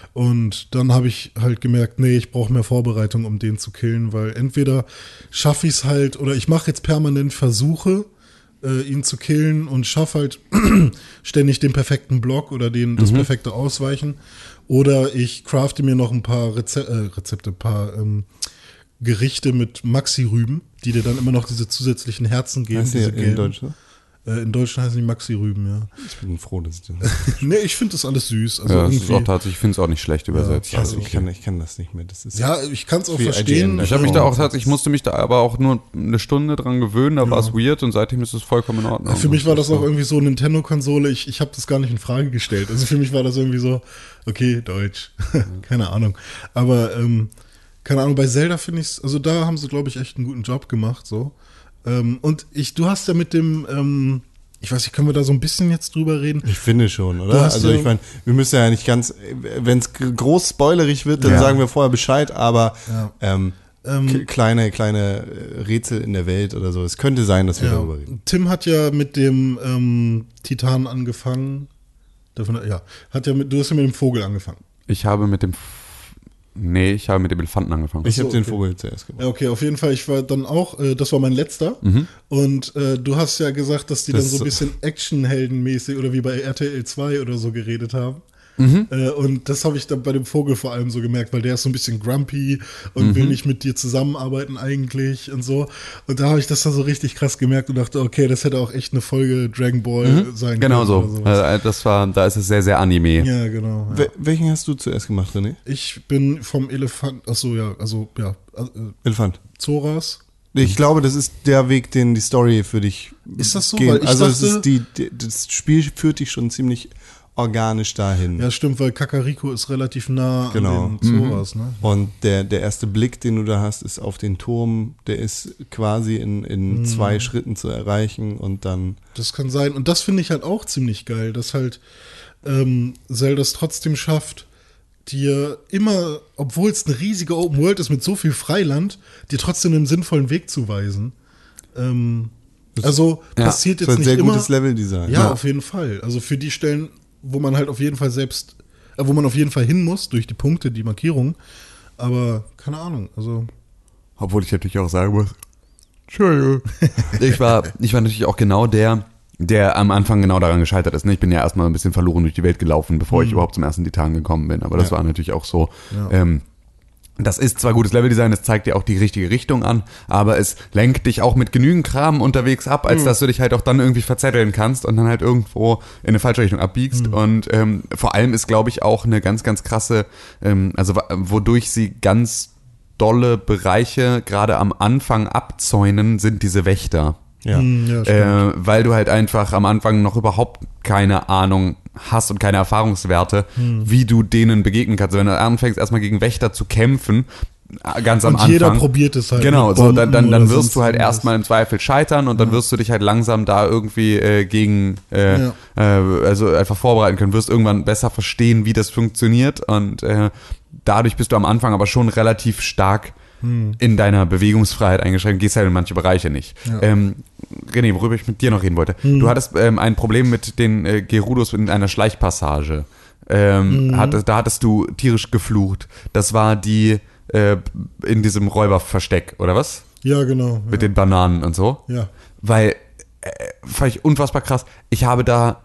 Und dann habe ich halt gemerkt, nee, ich brauche mehr Vorbereitung, um den zu killen, weil entweder schaffe ich es halt oder ich mache jetzt permanent Versuche, äh, ihn zu killen und schaffe halt ständig den perfekten Block oder den, das perfekte Ausweichen. Oder ich crafte mir noch ein paar Reze äh, Rezepte, ein paar ähm, Gerichte mit Maxi-Rüben, die dir dann immer noch diese zusätzlichen Herzen geben. Heißt diese der in gelben. Deutschland? Äh, in Deutschland heißen die Maxi-Rüben, ja. Ich bin froh, dass ich das. Nee, ich finde das alles süß. Also Ja, das ist irgendwie, auch tatsächlich, ich finde es auch nicht schlecht übersetzt. Ich, Also, ich, kann, ich kann das nicht mehr. Das ist ja, ich kann es auch Wie verstehen. I G N. Ich habe mich da auch tatsächlich, ich musste mich da aber auch nur eine Stunde dran gewöhnen, da war es weird und seitdem ist es vollkommen in Ordnung. Für mich war das auch irgendwie so Nintendo-Konsole, ich, ich habe das gar nicht in Frage gestellt. Also für mich war das irgendwie so, okay, Deutsch, keine Ahnung. Aber, ähm, keine Ahnung, bei Zelda finde ich es, also da haben sie, glaube ich, echt einen guten Job gemacht, so. Ähm, und ich, du hast ja mit dem, ähm, ich weiß nicht, können wir da so ein bisschen jetzt drüber reden? Ich finde schon, Du oder? hast Also ja- ich meine, wir müssen ja nicht ganz, wenn es groß spoilerig wird, dann Ja. sagen wir vorher Bescheid, aber Ja. ähm, Ähm, k- kleine, kleine äh, Rätsel in der Welt oder so. Es könnte sein, dass wir Ja. darüber reden. Tim hat ja mit dem ähm, Titan angefangen. Davon, ja, hat ja mit, du hast ja mit dem Vogel angefangen. Ich habe mit dem, F- nee, ich habe mit dem Elefanten angefangen. Ich so, habe den okay. Vogel zuerst gemacht. Ja, okay, auf jeden Fall. Ich war dann auch, äh, das war mein letzter. Und äh, du hast ja gesagt, dass die Das dann so ein ist- bisschen actionheldenmäßig oder wie bei R T L zwei oder so geredet haben. Mhm. Äh, und das habe ich dann bei dem Vogel vor allem so gemerkt, weil der ist so ein bisschen grumpy und will nicht mit dir zusammenarbeiten eigentlich und so. Und da habe ich das dann so richtig krass gemerkt und dachte, okay, das hätte auch echt eine Folge Dragon Ball sein Genau können. so. oder sowas. Äh, Das war, da ist es sehr, sehr Anime. Ja, genau. Ja. Wel- Welchen hast du zuerst gemacht, René? Ich bin vom Elefant, achso, ja, also, ja, äh, Elefant. Zoras. Ich glaube, das ist der Weg, den die Story für dich Ist das so? geht. Weil ich also es dachte- ist die, die, das Spiel führt dich schon ziemlich organisch dahin. Ja, stimmt, weil Kakariko ist relativ nah Genau. an den Zoras, ne? Und der, der erste Blick, den du da hast, ist auf den Turm. Der ist quasi in, in Mhm. zwei Schritten zu erreichen und dann. Das kann sein. Und das finde ich halt auch ziemlich geil, dass halt ähm, Zelda es trotzdem schafft, dir immer, obwohl es eine riesige Open World ist mit so viel Freiland, dir trotzdem einen sinnvollen Weg zu weisen. Ähm, also ja, passiert Das jetzt ist ein nicht sehr immer. gutes Leveldesign. Ja, auf jeden Fall. Also für die Stellen, wo man halt auf jeden Fall selbst, äh, wo man auf jeden Fall hin muss, durch die Punkte, die Markierung. Aber keine Ahnung, also. Obwohl ich natürlich auch sagen muss, Entschuldigung. Ich war, ich war natürlich auch genau der, der am Anfang genau daran gescheitert ist. ne? Ich bin ja erstmal ein bisschen verloren durch die Welt gelaufen, bevor ich überhaupt zum ersten Titan gekommen bin. Aber das Ja. war natürlich auch so. Ja. Ähm, das ist zwar gutes Leveldesign, es zeigt dir auch die richtige Richtung an, aber es lenkt dich auch mit genügend Kram unterwegs ab, als dass du dich halt auch dann irgendwie verzetteln kannst und dann halt irgendwo in eine falsche Richtung abbiegst. Und ähm, vor allem ist, glaube ich, auch eine ganz, ganz krasse, ähm, also wa- wodurch sie ganz dolle Bereiche gerade am Anfang abzäunen, sind diese Wächter. Ja. Hm, ja, stimmt. Äh, weil du halt einfach am Anfang noch überhaupt keine Ahnung hast und keine Erfahrungswerte, Hm. wie du denen begegnen kannst. Wenn du anfängst, erstmal gegen Wächter zu kämpfen, äh, ganz am Und Anfang. jeder probiert es halt. Genau, mit so, Bomben dann, dann, dann oder wirst sonst du halt irgendwas. erstmal im Zweifel scheitern und dann wirst du dich halt langsam da irgendwie äh, gegen, äh, Ja. äh, also einfach vorbereiten können, wirst irgendwann besser verstehen, wie das funktioniert und äh, dadurch bist du am Anfang aber schon relativ stark in deiner Bewegungsfreiheit eingeschränkt, gehst halt in manche Bereiche nicht. Ja. Ähm, René, worüber ich mit dir noch reden wollte. Du hattest ähm, ein Problem mit den äh, Gerudos in einer Schleichpassage. Ähm, hattest, da hattest du tierisch geflucht. Das war die äh, in diesem Räuberversteck, oder was? Ja, genau. Mit ja. den Bananen und so. Ja. Weil, äh, fand ich unfassbar krass. Ich habe da,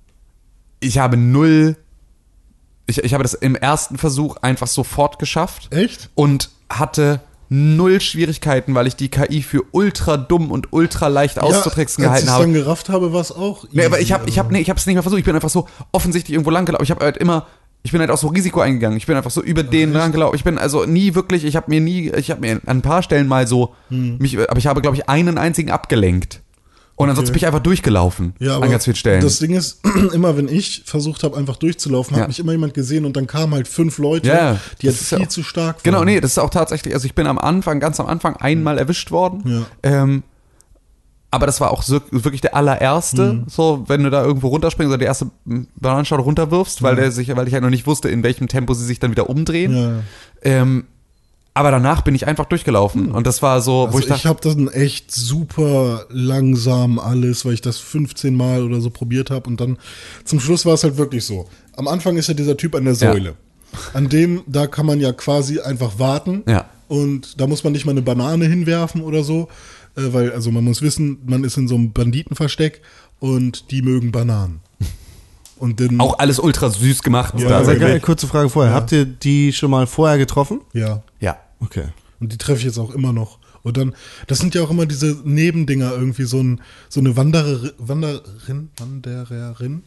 ich habe null, ich, ich habe das im ersten Versuch einfach sofort geschafft. Echt? Und hatte null Schwierigkeiten, weil ich die K I für ultra dumm und ultra leicht auszutricksen ja, gehalten als habe. ich dann gerafft habe, war es auch easy. Nee, aber ich habe ich hab, also. nee, ich hab's nicht mehr versucht. Ich bin einfach so offensichtlich irgendwo lang gelaufen. Ich habe halt immer, ich bin halt auch so Risiko eingegangen. Ich bin einfach so über den lang gelaufen. Ich bin also nie wirklich, ich habe mir nie, ich habe mir an ein paar Stellen mal so, Hm. mich, aber ich habe, glaube ich, einen einzigen abgelenkt. Und ansonsten bin ich einfach durchgelaufen Ja, aber an ganz vielen Stellen. das Ding ist, immer wenn ich versucht habe, einfach durchzulaufen, Ja. hat mich immer jemand gesehen und dann kamen halt fünf Leute, Ja, die halt das ist ja viel auch- zu stark waren. Genau, nee, das ist auch tatsächlich, also ich bin am Anfang, ganz am Anfang einmal erwischt worden. Ja. Ähm, aber das war auch so, wirklich der allererste, Mhm. so, wenn du da irgendwo runterspringst oder die erste Bananenschale runterwirfst, weil der sich, weil ich halt noch nicht wusste, in welchem Tempo sie sich dann wieder umdrehen. Ja. Ähm, Aber danach bin ich einfach durchgelaufen. Und das war so, Also wo ich ich, dachte, ich habe das dann echt super langsam alles, weil ich das fünfzehn Mal oder so probiert habe. Und dann zum Schluss war es halt wirklich so. Am Anfang ist ja dieser Typ an der Säule. An dem, da kann man ja quasi einfach warten. Ja. Und da muss man nicht mal eine Banane hinwerfen oder so. Äh, weil, also man muss wissen, man ist in so einem Banditenversteck und die mögen Bananen. Und dann, auch alles ultra süß gemacht. Ja, da. Also, okay. eine kurze Frage vorher. Habt ihr die schon mal vorher getroffen? ja. Ja. Okay. Und die treffe ich jetzt auch immer noch. Und dann, das sind ja auch immer diese Nebendinger, irgendwie so, ein, so eine Wanderer, Wanderin, Wandererin,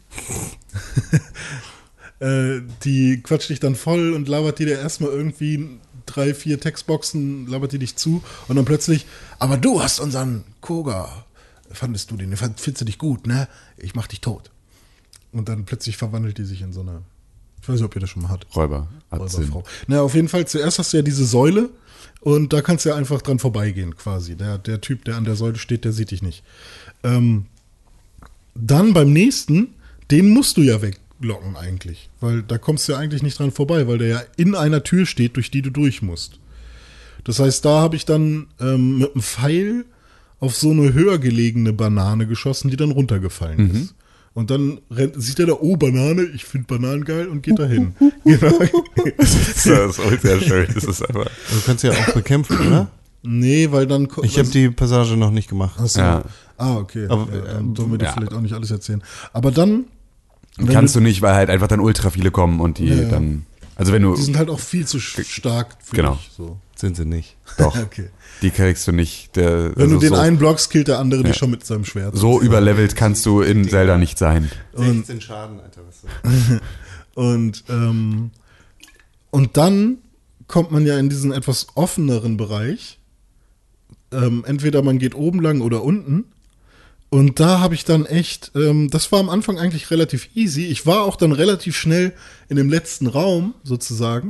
äh, die quatscht dich dann voll und labert dir erstmal irgendwie drei, vier Textboxen, labert die dich zu und dann plötzlich, aber du hast unseren Koga, fandest du den, findest du dich gut, ne? Ich mach dich tot. Und dann plötzlich verwandelt die sich in so eine, ich weiß nicht, ob ihr das schon mal hat. Räuber. Räuberfrau. Na, auf jeden Fall, zuerst hast du ja diese Säule und da kannst du ja einfach dran vorbeigehen quasi. Der, der Typ, der an der Säule steht, der sieht dich nicht. Ähm, dann beim nächsten, den musst du ja weglocken eigentlich, weil da kommst du ja eigentlich nicht dran vorbei, weil der ja in einer Tür steht, durch die du durch musst. Das heißt, da habe ich dann ähm, mit einem Pfeil auf so eine höher gelegene Banane geschossen, die dann runtergefallen Mhm. ist. Und dann rennt, sieht er da, oh, Banane, ich finde Bananen geil und geht dahin. Genau. Das ist ultra schön. Das ist einfach. Du kannst ja auch bekämpfen, oder? Nee, weil dann... ko- Ich habe die Passage noch nicht gemacht. Achso. Ja. Ah, okay. Aber, ja, dann sollen wir dir ja. vielleicht auch nicht alles erzählen. Aber dann... wenn Kannst du nicht, weil halt einfach dann ultra viele kommen und die Ja, ja. dann. Also wenn du. Die sind halt auch viel zu sch- stark für Genau. dich. So. Sind sie nicht. Doch. Okay. Die kriegst du nicht. Der, Wenn also du den so, einen blockst, killt der andere dich schon mit seinem Schwert. so überlevelt kannst du in Zelda nicht sein. sechzehn Schaden, Alter. Was Und, ähm, und dann kommt man ja in diesen etwas offeneren Bereich. Ähm, entweder man geht oben lang oder unten. Und da habe ich dann echt, ähm, das war am Anfang eigentlich relativ easy. Ich war auch dann relativ schnell in dem letzten Raum sozusagen.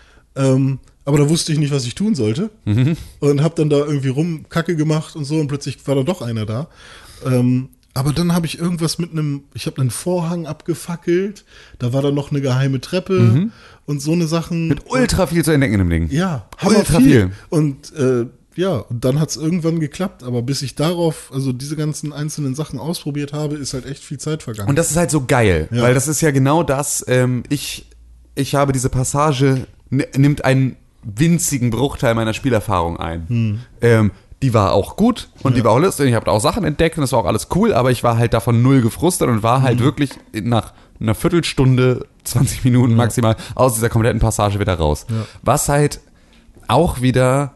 Ähm, aber da wusste ich nicht, was ich tun sollte. Mhm. Und habe dann da irgendwie rum Kacke gemacht und so. Und plötzlich war da doch einer da. Ähm, aber dann habe ich irgendwas mit einem, ich habe einen Vorhang abgefackelt. Da war dann noch eine geheime Treppe und so eine Sachen. Mit ultra viel zu entdecken in dem Ding. Ja, hammer ultra viel. viel. Und äh, ja, und dann hat es irgendwann geklappt. Aber bis ich darauf, also diese ganzen einzelnen Sachen ausprobiert habe, ist halt echt viel Zeit vergangen. Und das ist halt so geil, Ja. weil das ist ja genau das, ähm, ich, ich habe diese Passage, n- nimmt einen winzigen Bruchteil meiner Spielerfahrung ein. Hm. Ähm, die war auch gut und die war auch lustig, ich habe auch Sachen entdeckt und das war auch alles cool, aber ich war halt davon null gefrustet und war Hm. halt wirklich nach einer Viertelstunde, zwanzig Minuten maximal aus dieser kompletten Passage wieder raus. Ja. Was halt auch wieder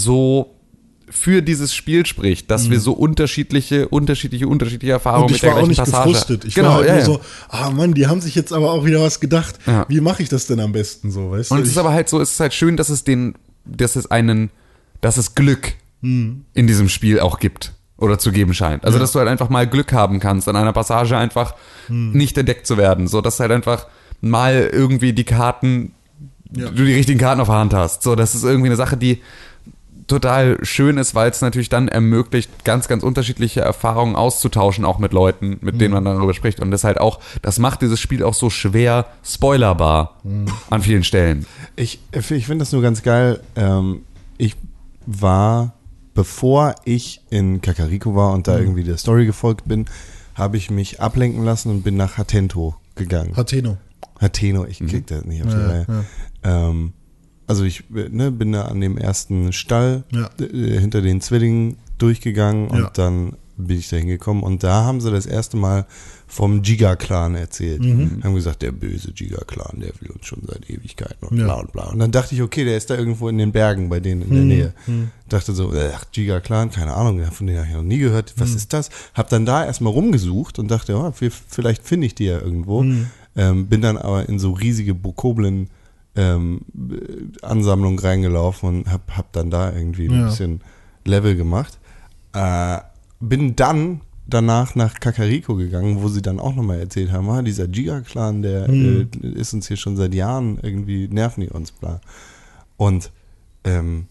so für dieses Spiel spricht, dass wir so unterschiedliche, unterschiedliche, unterschiedliche Erfahrungen und mit ich der war auch gleichen nicht Passage. gefrustet. Ich genau, war halt ja, nur ja. so, ah Mann, die haben sich jetzt aber auch wieder was gedacht. Ja. Wie mache ich das denn am besten so, weißt Und du? es ist Ich- aber halt so, es ist halt schön, dass es den, dass es einen, dass es Glück Hm. in diesem Spiel auch gibt oder zu geben scheint. Also, Ja. dass du halt einfach mal Glück haben kannst, an einer Passage einfach Hm. nicht entdeckt zu werden, so dass halt einfach mal irgendwie die Karten, Ja. du die richtigen Karten auf der Hand hast. So, das ist irgendwie eine Sache, die total schön ist, weil es natürlich dann ermöglicht, ganz, ganz unterschiedliche Erfahrungen auszutauschen, auch mit Leuten, mit denen man darüber spricht. Und das halt auch, das macht dieses Spiel auch so schwer spoilerbar an vielen Stellen. Ich, ich finde das nur ganz geil. Ähm, ich war, bevor ich in Kakariko war und da irgendwie der Story gefolgt bin, habe ich mich ablenken lassen und bin nach Hatento gegangen. Hateno. Hateno, ich krieg das nicht auf die Ja, Reihe. ja. Ähm, also ich ne, bin da an dem ersten Stall Ja. äh, hinter den Zwillingen durchgegangen und Ja. dann bin ich da hingekommen und da haben sie das erste Mal vom Giga-Clan erzählt. Mhm. Haben gesagt, der böse Giga-Clan, der will uns schon seit Ewigkeiten und Ja. bla und bla. Und dann dachte ich, okay, der ist da irgendwo in den Bergen bei denen in der Mhm. Nähe. Mhm. Dachte so, ach, Giga-Clan, keine Ahnung, von denen habe ich noch nie gehört. Was Mhm. ist das? Hab dann da erstmal rumgesucht und dachte, ja, vielleicht finde ich die ja irgendwo. Mhm. Ähm, bin dann aber in so riesige Bokoblen ähm, Ansammlung reingelaufen und hab, hab dann da irgendwie ein Ja. bisschen Level gemacht. Äh, bin dann danach nach Kakariko gegangen, wo sie dann auch nochmal erzählt haben, ah, dieser Giga-Clan, der Hm. äh, ist uns hier schon seit Jahren, irgendwie nerven die uns, bla. Und ähm,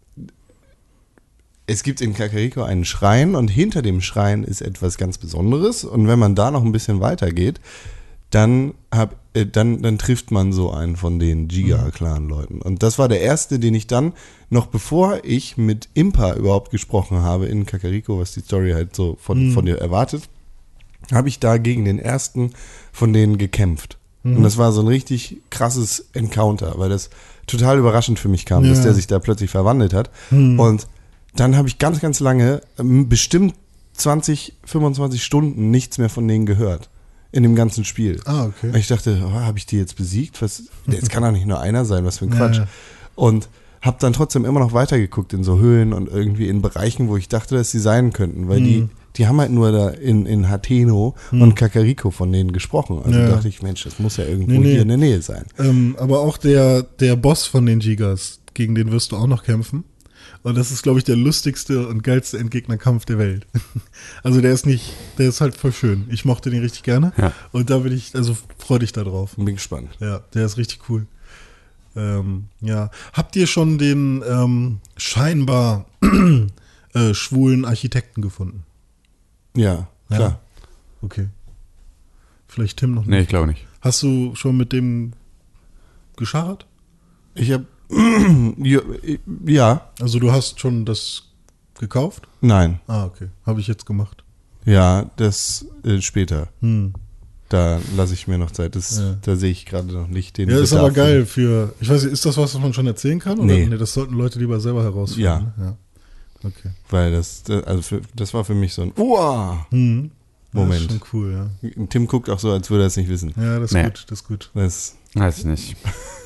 es gibt in Kakariko einen Schrein und hinter dem Schrein ist etwas ganz Besonderes und wenn man da noch ein bisschen weiter geht, dann hab, äh, dann, dann trifft man so einen von den Giga-Clan-Leuten. Und das war der erste, den ich dann, noch bevor ich mit Impa überhaupt gesprochen habe in Kakariko, was die Story halt so von, Mhm. von dir erwartet, habe ich da gegen den ersten von denen gekämpft. Und das war so ein richtig krasses Encounter, weil das total überraschend für mich kam, Ja. dass der sich da plötzlich verwandelt hat. Mhm. Und dann habe ich ganz, ganz lange, ähm, bestimmt zwanzig, fünfundzwanzig Stunden nichts mehr von denen gehört. In dem ganzen Spiel. Ah, okay. Und ich dachte, oh, habe ich die jetzt besiegt? Was, jetzt kann doch nicht nur einer sein, was für ein Ja, Quatsch. ja. Und habe dann trotzdem immer noch weitergeguckt in so Höhlen und irgendwie in Bereichen, wo ich dachte, dass sie sein könnten, weil die, Mhm. die haben halt nur da in, in Hateno und Kakariko von denen gesprochen. Also Ja. dachte ich, Mensch, das muss ja irgendwo Nee, nee. hier in der Nähe sein. Ähm, aber auch der, der Boss von den Gigas, gegen den wirst du auch noch kämpfen. Und das ist, glaube ich, der lustigste und geilste Endgegnerkampf der Welt. Also der ist nicht, der ist halt voll schön. Ich mochte den richtig gerne. Ja. Und da will ich, also freu dich da drauf. Bin gespannt. Ja, der ist richtig cool. Ähm, ja. Habt ihr schon den ähm, scheinbar äh, schwulen Architekten gefunden? Ja, Ja. klar. Okay. Vielleicht Tim noch nicht. Nee, ich glaube nicht. Hast du schon mit dem gescharrt? Ich habe ja, ja, Also du hast schon das gekauft? nein, Ah, okay. Habe ich jetzt gemacht. ja, das äh, später. Hm. Da lasse ich mir noch Zeit. Das, Ja. Da sehe ich gerade noch nicht den Ja, ist Bedarf. aber geil für, ich weiß nicht, ist das was, was man schon erzählen kann? Oder? Nee. Das sollten Leute lieber selber herausfinden. Ja. Ne? Ja. Okay. Weil das, also für, das war für mich so ein Uah! Hm. Moment. Ja, ist schon cool, ja. Tim guckt auch so, als würde er es nicht wissen. Ja, das ist Nee. gut, das ist gut. Das, Weiß ich nicht.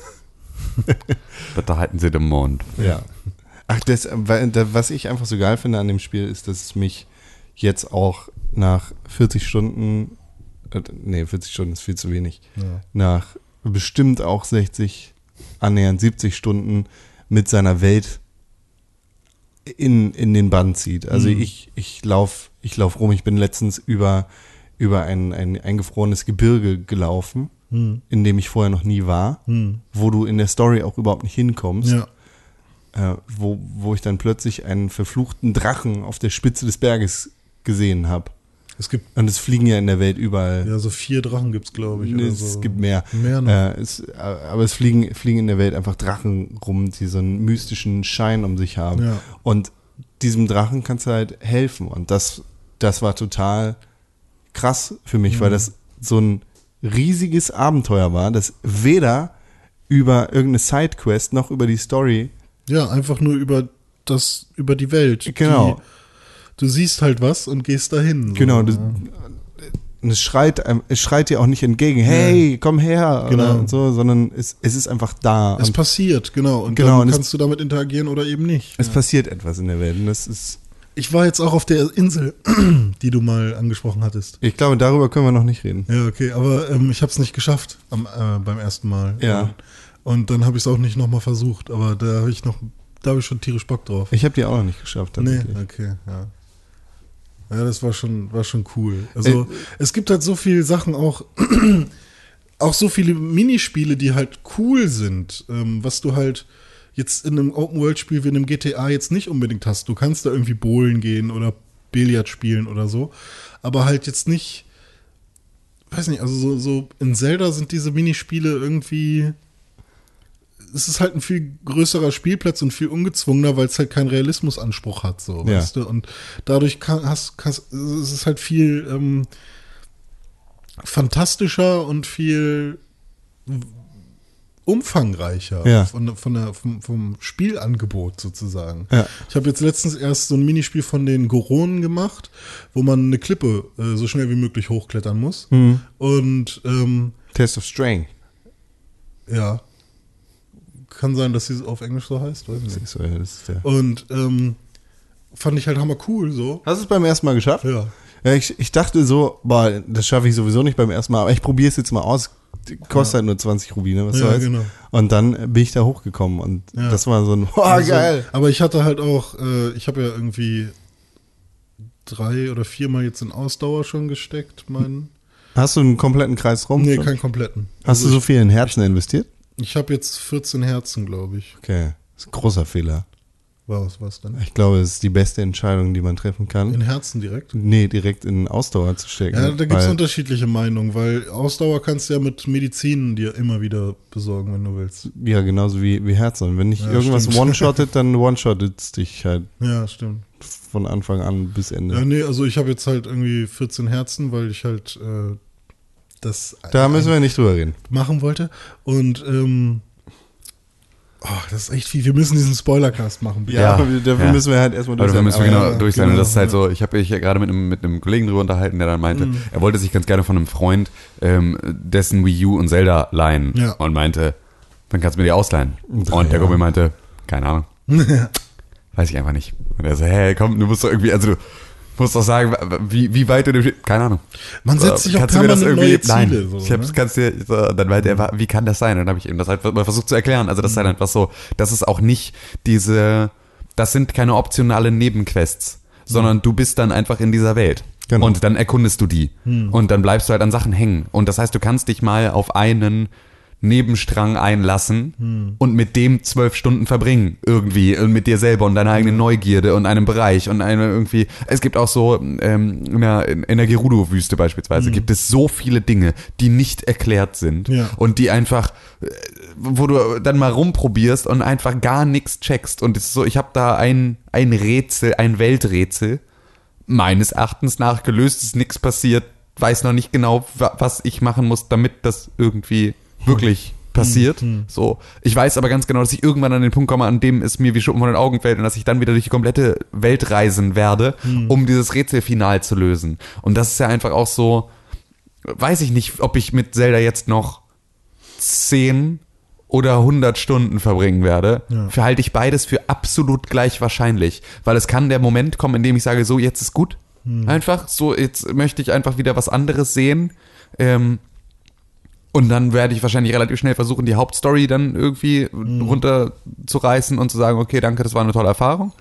Bitte halten Sie den Mund. ja. Ach, das, weil, da, was ich einfach so geil finde an dem Spiel, ist, dass es mich jetzt auch nach vierzig Stunden, äh, nee, vierzig Stunden ist viel zu wenig, Ja. nach bestimmt auch sechzig, annähernd siebzig Stunden mit seiner Welt in, in den Bann zieht. Also Mhm. ich, ich laufe ich lauf rum, ich bin letztens über, über ein, ein eingefrorenes Gebirge gelaufen, Hm. in dem ich vorher noch nie war, Hm. wo du in der Story auch überhaupt nicht hinkommst, Ja. äh, wo, wo ich dann plötzlich einen verfluchten Drachen auf der Spitze des Berges gesehen habe. Es gibt Und es fliegen ja in der Welt überall. ja so vier Drachen gibt's, glaube ich. Nee, Oder es so. gibt mehr. Mehr noch. Äh, es, äh, aber es fliegen, fliegen in der Welt einfach Drachen rum, die so einen mystischen Schein um sich haben. Ja. Und diesem Drachen kannst du halt helfen. Und das, das war total krass für mich, Mhm. weil das so ein riesiges Abenteuer war, das weder über irgendeine Sidequest noch über die Story. Ja, einfach nur über das, über die Welt. Genau. Die, du siehst halt was und gehst dahin. So. Genau, das, Ja. und es schreit, einem- es schreit dir auch nicht entgegen, hey, komm her, Genau. oder so, sondern es, es ist einfach da. Es Und passiert, genau. Und Genau, dann und es- kannst du damit interagieren oder eben nicht. es Ja. passiert etwas in der Welt. Und das ist, Ich war jetzt auch auf der Insel, die du mal angesprochen hattest. ich glaube, darüber können wir noch nicht reden. Ja, okay, aber ähm, ich habe es nicht geschafft am, äh, beim ersten Mal. Ja. Und, und dann habe ich es auch nicht nochmal versucht, aber da habe ich noch, da habe ich schon tierisch Bock drauf. Ich habe die auch noch nicht geschafft, Nee, tatsächlich. okay, ja. Ja, das war schon, war schon cool. Also Äh, es gibt halt so viele Sachen auch, auch so viele Minispiele, die halt cool sind, ähm, was du halt jetzt in einem Open-World-Spiel wie in einem G T A jetzt nicht unbedingt hast. Du kannst da irgendwie bowlen gehen oder Billard spielen oder so, aber halt jetzt nicht, weiß nicht, also so, so in Zelda sind diese Minispiele irgendwie, es ist halt ein viel größerer Spielplatz und viel ungezwungener, weil es halt keinen Realismusanspruch hat, so, Ja. weißt du, und dadurch kann, hast, kannst, es ist halt viel ähm, fantastischer und viel umfangreicher Ja. von, von der, vom, vom Spielangebot sozusagen. Ja. Ich habe jetzt letztens erst so ein Minispiel von den Goronen gemacht, wo man eine Klippe äh, so schnell wie möglich hochklettern muss. Mhm. Und ähm, Test of Strength. ja, kann sein, dass sie auf Englisch so heißt, weiß ich Das nicht. ist, so, ja, das ist der. Und ähm, fand ich halt hammer cool so. Hast du es beim ersten Mal geschafft? Ja. Ja, ich, ich dachte so, boah, das schaffe ich sowieso nicht beim ersten Mal, aber ich probiere es jetzt mal aus. Kostet halt nur zwanzig Rubine, was Ja, soll's. genau. Und dann bin ich da hochgekommen und Ja. das war so ein, boah, Also, geil. Aber ich hatte halt auch, äh, ich habe ja irgendwie drei oder viermal jetzt in Ausdauer schon gesteckt, meinen. Hast du einen kompletten Kreis rum? Nee, schon? keinen kompletten. Hast du Also so viel in Herzen investiert? Ich, ich habe jetzt vierzehn Herzen, glaube ich. Okay, das ist ein großer Fehler. Was, was denn? Ich glaube, es ist die beste Entscheidung, die man treffen kann. In Herzen direkt? Nee, direkt in Ausdauer zu stecken. Ja, da gibt es weil- unterschiedliche Meinungen, weil Ausdauer kannst du ja mit Medizin dir immer wieder besorgen, wenn du willst. Ja, genauso wie, wie Herz. Und wenn nicht Ja, irgendwas stimmt. one-shottet, dann one-shottet es dich halt Ja, stimmt. von Anfang an bis Ende. Ja, nee, also ich habe jetzt halt irgendwie vierzehn Herzen, weil ich halt äh, das Da müssen wir nicht drüber reden. machen wollte. Und ähm, oh, das ist echt viel. Wir müssen diesen Spoilercast machen. bitte. Ja, Ja, aber dafür ja. müssen wir halt erstmal Aber durch dafür müssen wir sein. genau Aber- durch sein. Und genau, das ist halt ja. so, ich habe mich ja gerade mit einem, mit einem Kollegen drüber unterhalten, der dann meinte, er wollte sich ganz gerne von einem Freund ähm, dessen Wii U und Zelda leihen. Ja. Und meinte, dann kannst du mir die ausleihen. Ja. Und der Kumpel meinte, keine Ahnung. Weiß ich einfach nicht. Und er so, hey, komm, du musst doch irgendwie, also du musst doch sagen, wie, wie weit du dem Man So, setzt sich auch kannst du mir das permanent irgendwie, neue Ziele. nein, so, ich hab's, ne? kannst dir, so, dann meinte er, wie kann das sein? Und dann habe ich ihm das halt mal versucht zu erklären. Also das ist halt einfach so, das ist auch nicht diese, das sind keine optionalen Nebenquests, sondern du bist dann einfach in dieser Welt. Genau. Und dann erkundest du die. Und dann bleibst du halt an Sachen hängen. Und das heißt, du kannst dich mal auf einen Nebenstrang einlassen und mit dem zwölf Stunden verbringen irgendwie und mit dir selber und deiner eigenen Neugierde und einem Bereich und eine irgendwie, es gibt auch so ähm, in, der, in der Gerudo-Wüste beispielsweise gibt es so viele Dinge, die nicht erklärt sind Ja. und die einfach, äh, wo du dann mal rumprobierst und einfach gar nichts checkst und es ist so, ich habe da ein, ein Rätsel, ein Welträtsel meines Erachtens nach gelöst, ist nichts passiert, weiß noch nicht genau, wa- was ich machen muss, damit das irgendwie wirklich passiert. So, ich weiß aber ganz genau, dass ich irgendwann an den Punkt komme, an dem es mir wie Schuppen von den Augen fällt und dass ich dann wieder durch die komplette Welt reisen werde, um dieses Rätsel final zu lösen. Und das ist ja einfach auch so, weiß ich nicht, ob ich mit Zelda jetzt noch zehn oder hundert Stunden verbringen werde, Ja. für halte ich beides für absolut gleich wahrscheinlich, weil es kann der Moment kommen, in dem ich sage, so, jetzt ist gut. Einfach, so, jetzt möchte ich einfach wieder was anderes sehen. Ähm, und dann werde ich wahrscheinlich relativ schnell versuchen, die Hauptstory dann irgendwie runterzureißen und zu sagen, okay, danke, das war eine tolle Erfahrung.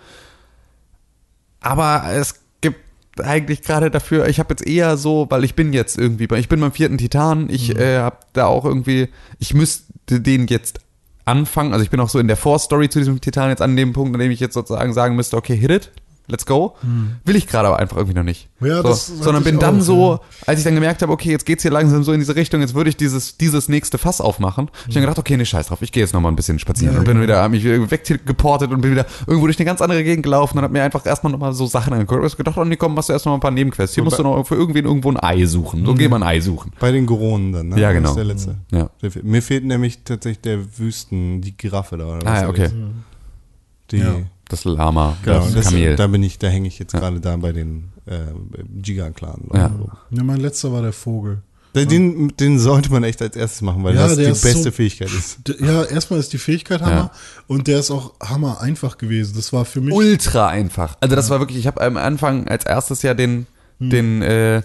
Aber es gibt eigentlich gerade dafür, ich habe jetzt eher so, weil ich bin jetzt irgendwie, bei- ich bin beim vierten Titan, ich äh, habe da auch irgendwie, ich müsste den jetzt anfangen, also ich bin auch so in der Vorstory zu diesem Titan jetzt an dem Punkt, an dem ich jetzt sozusagen sagen müsste, okay, hit it, let's go. Will ich gerade aber einfach irgendwie noch nicht. Ja, so, das hatte sondern ich bin dann auch, so, ja. als ich dann gemerkt habe, okay, jetzt geht's hier langsam so in diese Richtung, jetzt würde ich dieses, dieses nächste Fass aufmachen. Hab ich dann gedacht, okay, nee, scheiß drauf, ich gehe jetzt noch mal ein bisschen spazieren Ja, und bin genau. wieder, hab mich wieder weggeportet und bin wieder irgendwo durch eine ganz andere Gegend gelaufen und hab mir einfach erstmal noch mal so Sachen angeguckt. Ich hab gedacht, oh nee, komm, machst du erst noch mal ein paar Nebenquests. Hier musst du noch für irgendwen irgendwo ein Ei suchen. So, geh mal ein Ei suchen. Bei den Goronen dann, ne? Ja, Das genau. ist der letzte. Ja. Der fe- Mir fehlt nämlich tatsächlich der Wüsten, die Giraffe da. Oder was Ah, ja, das okay. ist. Die, Ja. Das Lama, Genau, das das, Kamel. da bin ich, da hänge ich jetzt Ja. gerade da bei den äh, Giga-Clan. Ja. Ja, mein letzter war der Vogel. Den, den sollte man echt als erstes machen, weil Ja, das die der ist beste so- Fähigkeit ist. D- Ja, erstmal ist die Fähigkeit Hammer Ja. und der ist auch Hammer einfach gewesen. Das war für mich. Ultra einfach. Also das war wirklich, ich habe am Anfang als erstes ja den, Hm. den, äh,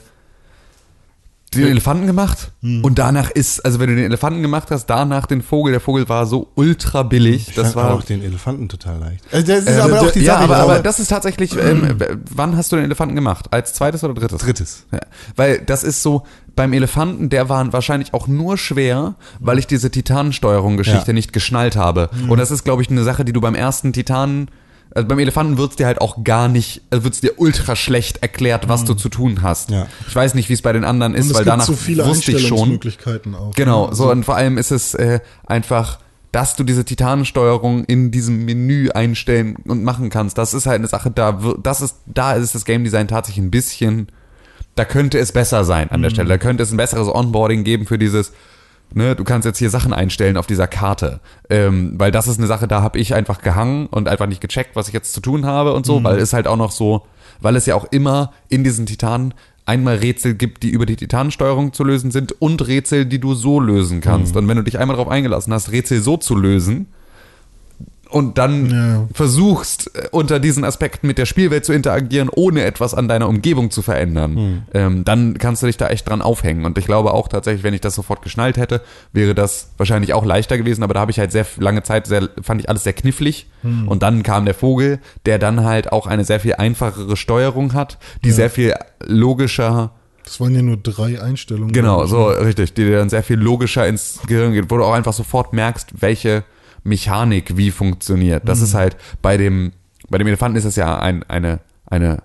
den Elefanten gemacht Hm. und danach ist, also wenn du den Elefanten gemacht hast, danach den Vogel, der Vogel war so ultra billig, Ich das fand war auch den Elefanten total leicht. Also das ist äh, aber auch die ja, Sache. aber, ich aber glaube- das ist tatsächlich, ähm, wann hast du den Elefanten gemacht? Als zweites oder drittes? Drittes. Ja, weil das ist so, beim Elefanten, der war wahrscheinlich auch nur schwer, weil ich diese Titanensteuerung-Geschichte Ja. nicht geschnallt habe. Und das ist, glaube ich, eine Sache, die du beim ersten Titanen, also beim Elefanten wird's dir halt auch gar nicht, also wird's dir ultra schlecht erklärt, was du zu tun hast. Ja. Ich weiß nicht, wie es bei den anderen und ist, es weil gibt danach so viele wusste ich schon. Einstellungsmöglichkeiten auch. Genau, ne? so und vor allem ist es äh, einfach, dass du diese Titanensteuerung in diesem Menü einstellen und machen kannst. Das ist halt eine Sache, da wir- das ist, da ist das Game Design tatsächlich ein bisschen, da könnte es besser sein an der Stelle. Da könnte es ein besseres Onboarding geben für dieses, ne, du kannst jetzt hier Sachen einstellen auf dieser Karte. Ähm, weil das ist eine Sache, da habe ich einfach gehangen und einfach nicht gecheckt, was ich jetzt zu tun habe und so, weil es halt auch noch so, weil es ja auch immer in diesen Titanen einmal Rätsel gibt, die über die Titanensteuerung zu lösen sind und Rätsel, die du so lösen kannst. Und wenn du dich einmal darauf eingelassen hast, Rätsel so zu lösen und dann Ja. versuchst, äh, unter diesen Aspekten mit der Spielwelt zu interagieren, ohne etwas an deiner Umgebung zu verändern, ähm, dann kannst du dich da echt dran aufhängen. Und ich glaube auch tatsächlich, wenn ich das sofort geschnallt hätte, wäre das wahrscheinlich auch leichter gewesen. Aber da habe ich halt sehr lange Zeit, sehr, fand ich alles sehr knifflig. Und dann kam der Vogel, der dann halt auch eine sehr viel einfachere Steuerung hat, die sehr viel logischer. Das waren ja nur drei Einstellungen. Genau, so richtig, die dir dann sehr viel logischer ins Gehirn geht, wo du auch einfach sofort merkst, welche Mechanik wie funktioniert. Das ist halt bei dem bei dem Elefanten ist es ja ein, eine, eine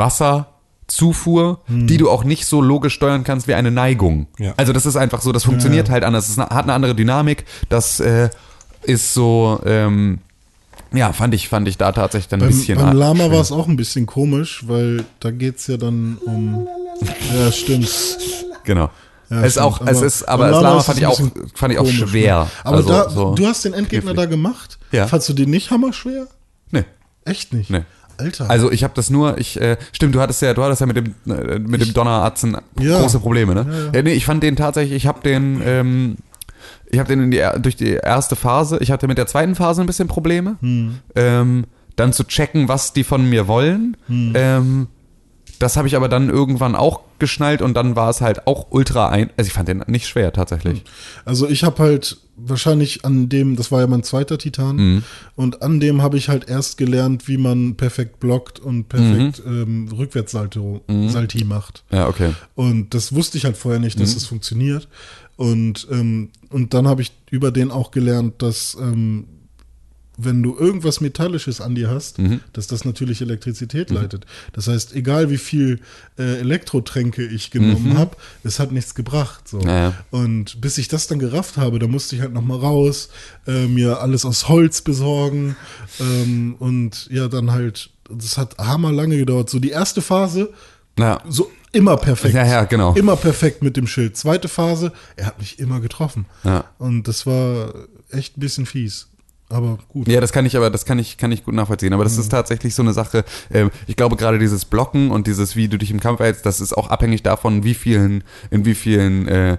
Wasserzufuhr, hm. die du auch nicht so logisch steuern kannst wie eine Neigung. Ja. Also das ist einfach so, das funktioniert ja. halt anders. Es hat eine andere Dynamik. Das äh, ist so, ähm, ja, fand ich, fand ich da tatsächlich dann ein beim, bisschen. Beim Lama schwer. war es auch ein bisschen komisch, weil da geht es ja dann um. Ja, stimmt. Genau. Ja, es, stimmt, auch, es ist, aber beim das Lama ist fand es ich ein auch, bisschen fand ich auch komisch, schwer. Ne? Aber also, da, so du hast den Endgegner knifflig. da gemacht. Ja. Fandst du den nicht hammerschwer? Nee. Echt nicht? Nee. Alter. Also ich habe das nur, ich äh, stimmt, du hattest ja, du hattest ja mit dem äh, mit dem Donneratzen Ja. große Probleme, ne? Ja, ja. Ja, nee, ich fand den tatsächlich, ich habe den, ähm, ich habe den in die, durch die erste Phase, ich hatte mit der zweiten Phase ein bisschen Probleme, Hm. ähm, dann zu checken, was die von mir wollen. Hm. Ähm, das habe ich aber dann irgendwann auch geschnallt und dann war es halt auch ultra ein, also ich fand den nicht schwer tatsächlich. Also ich habe halt wahrscheinlich an dem, das war ja mein zweiter Titan, Mhm. und an dem habe ich halt erst gelernt, wie man perfekt blockt und perfekt ähm, Rückwärtssalto Mhm. Salti macht. Ja, okay. Und das wusste ich halt vorher nicht, dass Mhm. es funktioniert. Und, ähm, und dann habe ich über den auch gelernt, dass ähm, wenn du irgendwas Metallisches an dir hast, Mhm. dass das natürlich Elektrizität leitet. Das heißt, egal wie viel äh, Elektrotränke ich genommen Mhm. habe, es hat nichts gebracht. So. Ja, ja. Und bis ich das dann gerafft habe, da musste ich halt nochmal raus, äh, mir alles aus Holz besorgen ähm, und ja, dann halt, das hat hammerlange gedauert. So die erste Phase, Ja. so immer perfekt. Ja, ja, genau. Immer perfekt mit dem Schild. Zweite Phase, er hat mich immer getroffen. Ja. Und das war echt ein bisschen fies. Aber gut. Ja, das kann ich aber, das kann ich, kann ich gut nachvollziehen. Aber das ist tatsächlich so eine Sache. Ähm, ich glaube, gerade dieses Blocken und dieses, wie du dich im Kampf hältst, das ist auch abhängig davon, wie vielen, in wie vielen äh,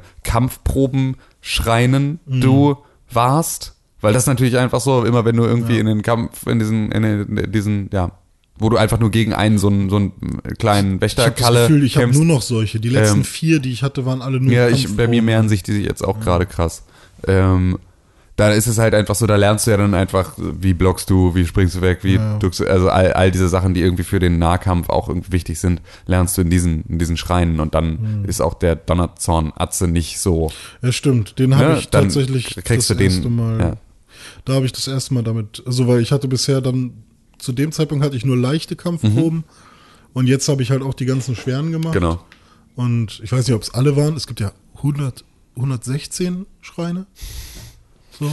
Kampfproben-Schreinen Mhm. du warst. Weil das natürlich einfach so, immer wenn du irgendwie Ja. in den Kampf, in diesen, in den, in diesen, ja, wo du einfach nur gegen einen so einen, so einen kleinen Ich habe das Wächterkalle Gefühl, ich habe kämpfst. nur noch solche. Die letzten Ähm, vier, die ich hatte, waren alle nur Ja, ich, bei Kampfproben. mir mehren sich die jetzt auch gerade krass. Ähm, da ist es halt einfach so, da lernst du ja dann einfach, wie blockst du, wie springst du weg, wie Ja. duckst du, also all, all diese Sachen, die irgendwie für den Nahkampf auch irgendwie wichtig sind, lernst du in diesen, in diesen Schreinen und dann ist auch der Donnerzorn-Atze nicht so. Ja, stimmt. Den habe Ne, ich dann tatsächlich kriegst das du den, erste Mal. ja. Da habe ich das erste Mal damit, also weil ich hatte bisher dann, zu dem Zeitpunkt hatte ich nur leichte Kampfproben und jetzt habe ich halt auch die ganzen schweren gemacht. Genau. Und ich weiß nicht, ob es alle waren. Es gibt ja hundert, hundertsechzehn Schreine. So.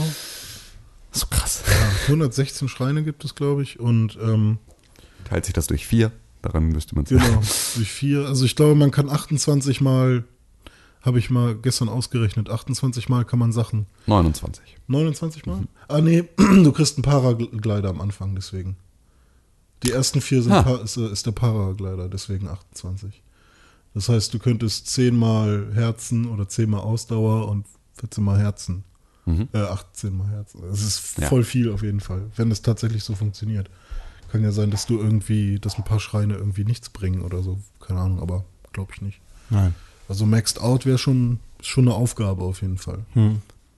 So krass. Ja, hundertsechzehn Schreine gibt es, glaube ich. Und ähm, Teilt sich das durch vier, daran müsste man es. genau, durch vier. Also ich glaube, man kann achtundzwanzig Mal, habe ich mal gestern ausgerechnet, achtundzwanzig Mal kann man Sachen. neunundzwanzig. neunundzwanzig Mal? Ah nee, du kriegst einen Paraglider am Anfang, deswegen. Die ersten vier sind Ha. pa ist, äh, ist der Paraglider, deswegen achtundzwanzig. Das heißt, du könntest zehn Mal Herzen oder zehn Mal Ausdauer und vierzehn Mal Herzen. Mhm. Äh, achtzehn Mal Herzen. Das ist Ja. voll viel auf jeden Fall, wenn es tatsächlich so funktioniert. Kann ja sein, dass du irgendwie, dass ein paar Schreine irgendwie nichts bringen oder so. Keine Ahnung, aber glaube ich nicht. Nein. Also Maxed Out wäre schon, schon eine Aufgabe auf jeden Fall. Hm.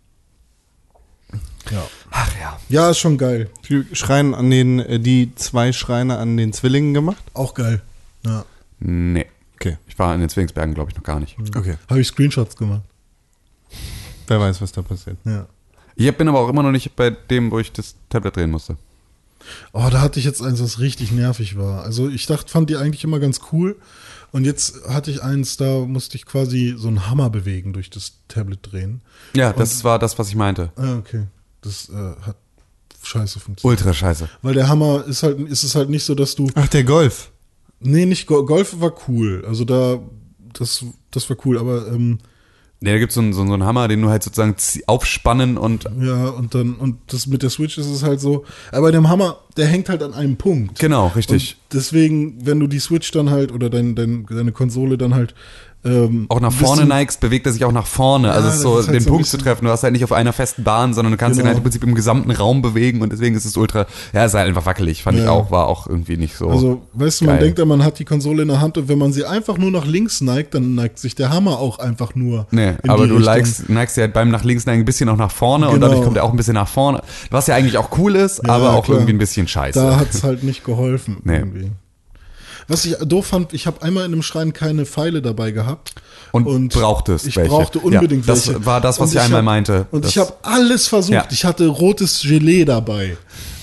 Ja. Ach ja. Ja, ist schon geil. Die Schreine an den, äh, die zwei Schreine an den Zwillingen gemacht? Auch geil. Ja. Nee. Okay. Ich war in den Zwillingsbergen, glaube ich, noch gar nicht. Okay. Habe ich Screenshots gemacht. Wer weiß, was da passiert. Ja. Ich bin aber auch immer noch nicht bei dem, wo ich das Tablet drehen musste. Oh, da hatte ich jetzt eins, was richtig nervig war. Also ich dachte, fand die eigentlich immer ganz cool. Und jetzt hatte ich eins, da musste ich quasi so einen Hammer bewegen durch das Tablet drehen. Ja, das war das, was ich meinte. Ah, okay. Das äh, hat scheiße funktioniert. Ultra scheiße. Weil der Hammer ist halt, ist es halt nicht so, dass du. Ach, der Golf. Nee, nicht Go- Golf war cool. Also da, das, das war cool, aber ähm, Nee, da gibt so es so, so einen Hammer, den du halt sozusagen zie- aufspannen und ja, und dann, und das mit der Switch ist es halt so. Aber dem Hammer, der hängt halt an einem Punkt. genau, richtig. Und deswegen, wenn du die Switch dann halt oder dein, dein, deine Konsole dann halt ähm, Auch nach ein vorne bisschen- neigst, bewegt er sich auch nach vorne. Also Ja, es ist das so, ist halt den so ein Punkt zu bisschen- treffen. Du hast halt nicht auf einer festen Bahn, sondern du kannst ihn Genau. halt im Prinzip im gesamten Raum bewegen und deswegen ist es ultra, ja, ist halt einfach wackelig, fand ich Ja. auch, war auch irgendwie nicht so. Also, weißt du, man geil. denkt ja, man hat die Konsole in der Hand und wenn man sie einfach nur nach links neigt, dann neigt sich der Hammer auch einfach nur. Nee, in aber die du Richtung. neigst, neigst ja halt beim nach links neigen ein bisschen auch nach vorne und Genau. dadurch kommt er auch ein bisschen nach vorne. Was ja eigentlich auch cool ist, Ja, aber auch klar. irgendwie ein bisschen scheiße. Da hat es halt nicht geholfen. Nee. Irgendwie. Was ich doof fand, ich habe einmal in einem Schrein keine Pfeile dabei gehabt. Und brauchtest Ich welche. brauchte unbedingt Ja, das welche. war das, was Und ich einmal hab, meinte. Und Das- ich habe alles versucht. Ja. Ich hatte rotes Gelee dabei.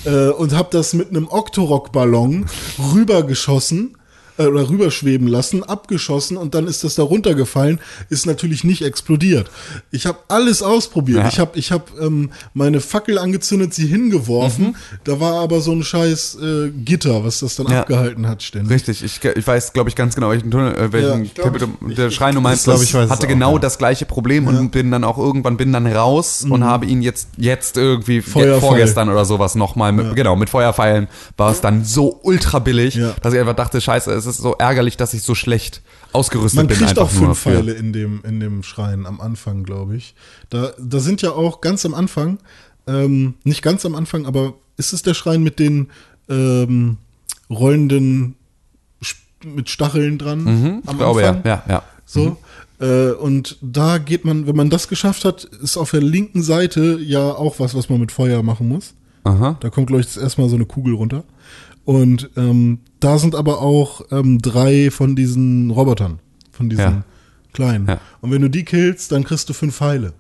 äh, und habe das mit einem Octorok-Ballon rübergeschossen äh, oder rüberschweben lassen, abgeschossen und dann ist das da runtergefallen, ist natürlich nicht explodiert. Ich habe alles ausprobiert. Ja. Ich habe ich hab, ähm, meine Fackel angezündet, sie hingeworfen. Mhm. Da war aber so ein scheiß äh, Gitter, was das dann Ja. abgehalten hat ständig. Richtig, ich, ich weiß, glaube ich, ganz genau, welchen Tunnel, äh, welchen Ja, ich glaub, Tempel du- ich- der Schrein du meinst, glaub, das ich weiß es hatte auch, genau ja. das gleiche Problem und bin dann auch irgendwann bin dann raus und habe ihn jetzt jetzt irgendwie ge- Feuerpfeil. vorgestern oder sowas nochmal mit, genau, mit Feuerpfeilen war es dann so ultra billig, Ja. dass ich einfach dachte, scheiße, es ist so ärgerlich, dass ich so schlecht ausgerüstet Man bin. kriegt einfach auch nur fünf für- Pfeile in dem, in dem Schrein am Anfang, glaube ich. Da, da sind ja auch ganz am Anfang, ähm, nicht ganz am Anfang, aber ist es der Schrein mit den ähm, rollenden, Sch- mit Stacheln dran? Mhm, ich am glaube Anfang? ja, ja, ja. So. Äh, und da geht man, wenn man das geschafft hat, ist auf der linken Seite ja auch was, was man mit Feuer machen muss. Aha. Da kommt, glaube ich, erstmal so eine Kugel runter. Und ähm, da sind aber auch ähm, drei von diesen Robotern, von diesen Ja. kleinen. Ja. Und wenn du die killst, dann kriegst du fünf Pfeile.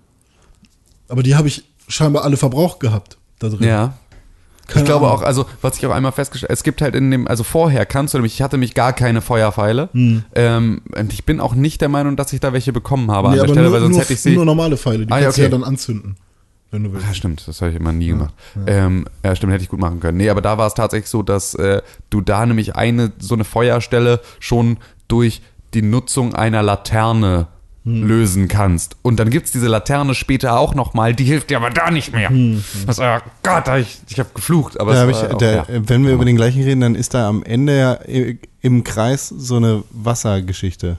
Aber die habe ich scheinbar alle verbraucht gehabt da drin. Ja. Keine ich glaube Ahnung. auch, also was ich auch einmal festgestellt, es gibt halt in dem, also vorher kannst du nämlich, ich hatte nämlich gar keine Feuerpfeile Hm. ähm, und ich bin auch nicht der Meinung, dass ich da welche bekommen habe Nee, an der aber Stelle, nur, weil sonst nur, hätte ich sie. nur normale Pfeile, die Ah, ja, kannst du ja okay. dann anzünden, wenn du willst. Ja, stimmt, das habe ich immer nie gemacht. Ähm, ja, stimmt, hätte ich gut machen können. Nee, aber da war es tatsächlich so, dass äh, du da nämlich eine, so eine Feuerstelle schon durch die Nutzung einer Laterne Hm. lösen kannst. Und dann gibt's diese Laterne später auch nochmal, die hilft dir aber da nicht mehr. Hm. Das, oh Gott, da ich, ich habe geflucht. Aber Da es hab ich, war auch, da, ja. Wenn wir über den gleichen reden, dann ist da am Ende ja i- im Kreis so eine Wassergeschichte.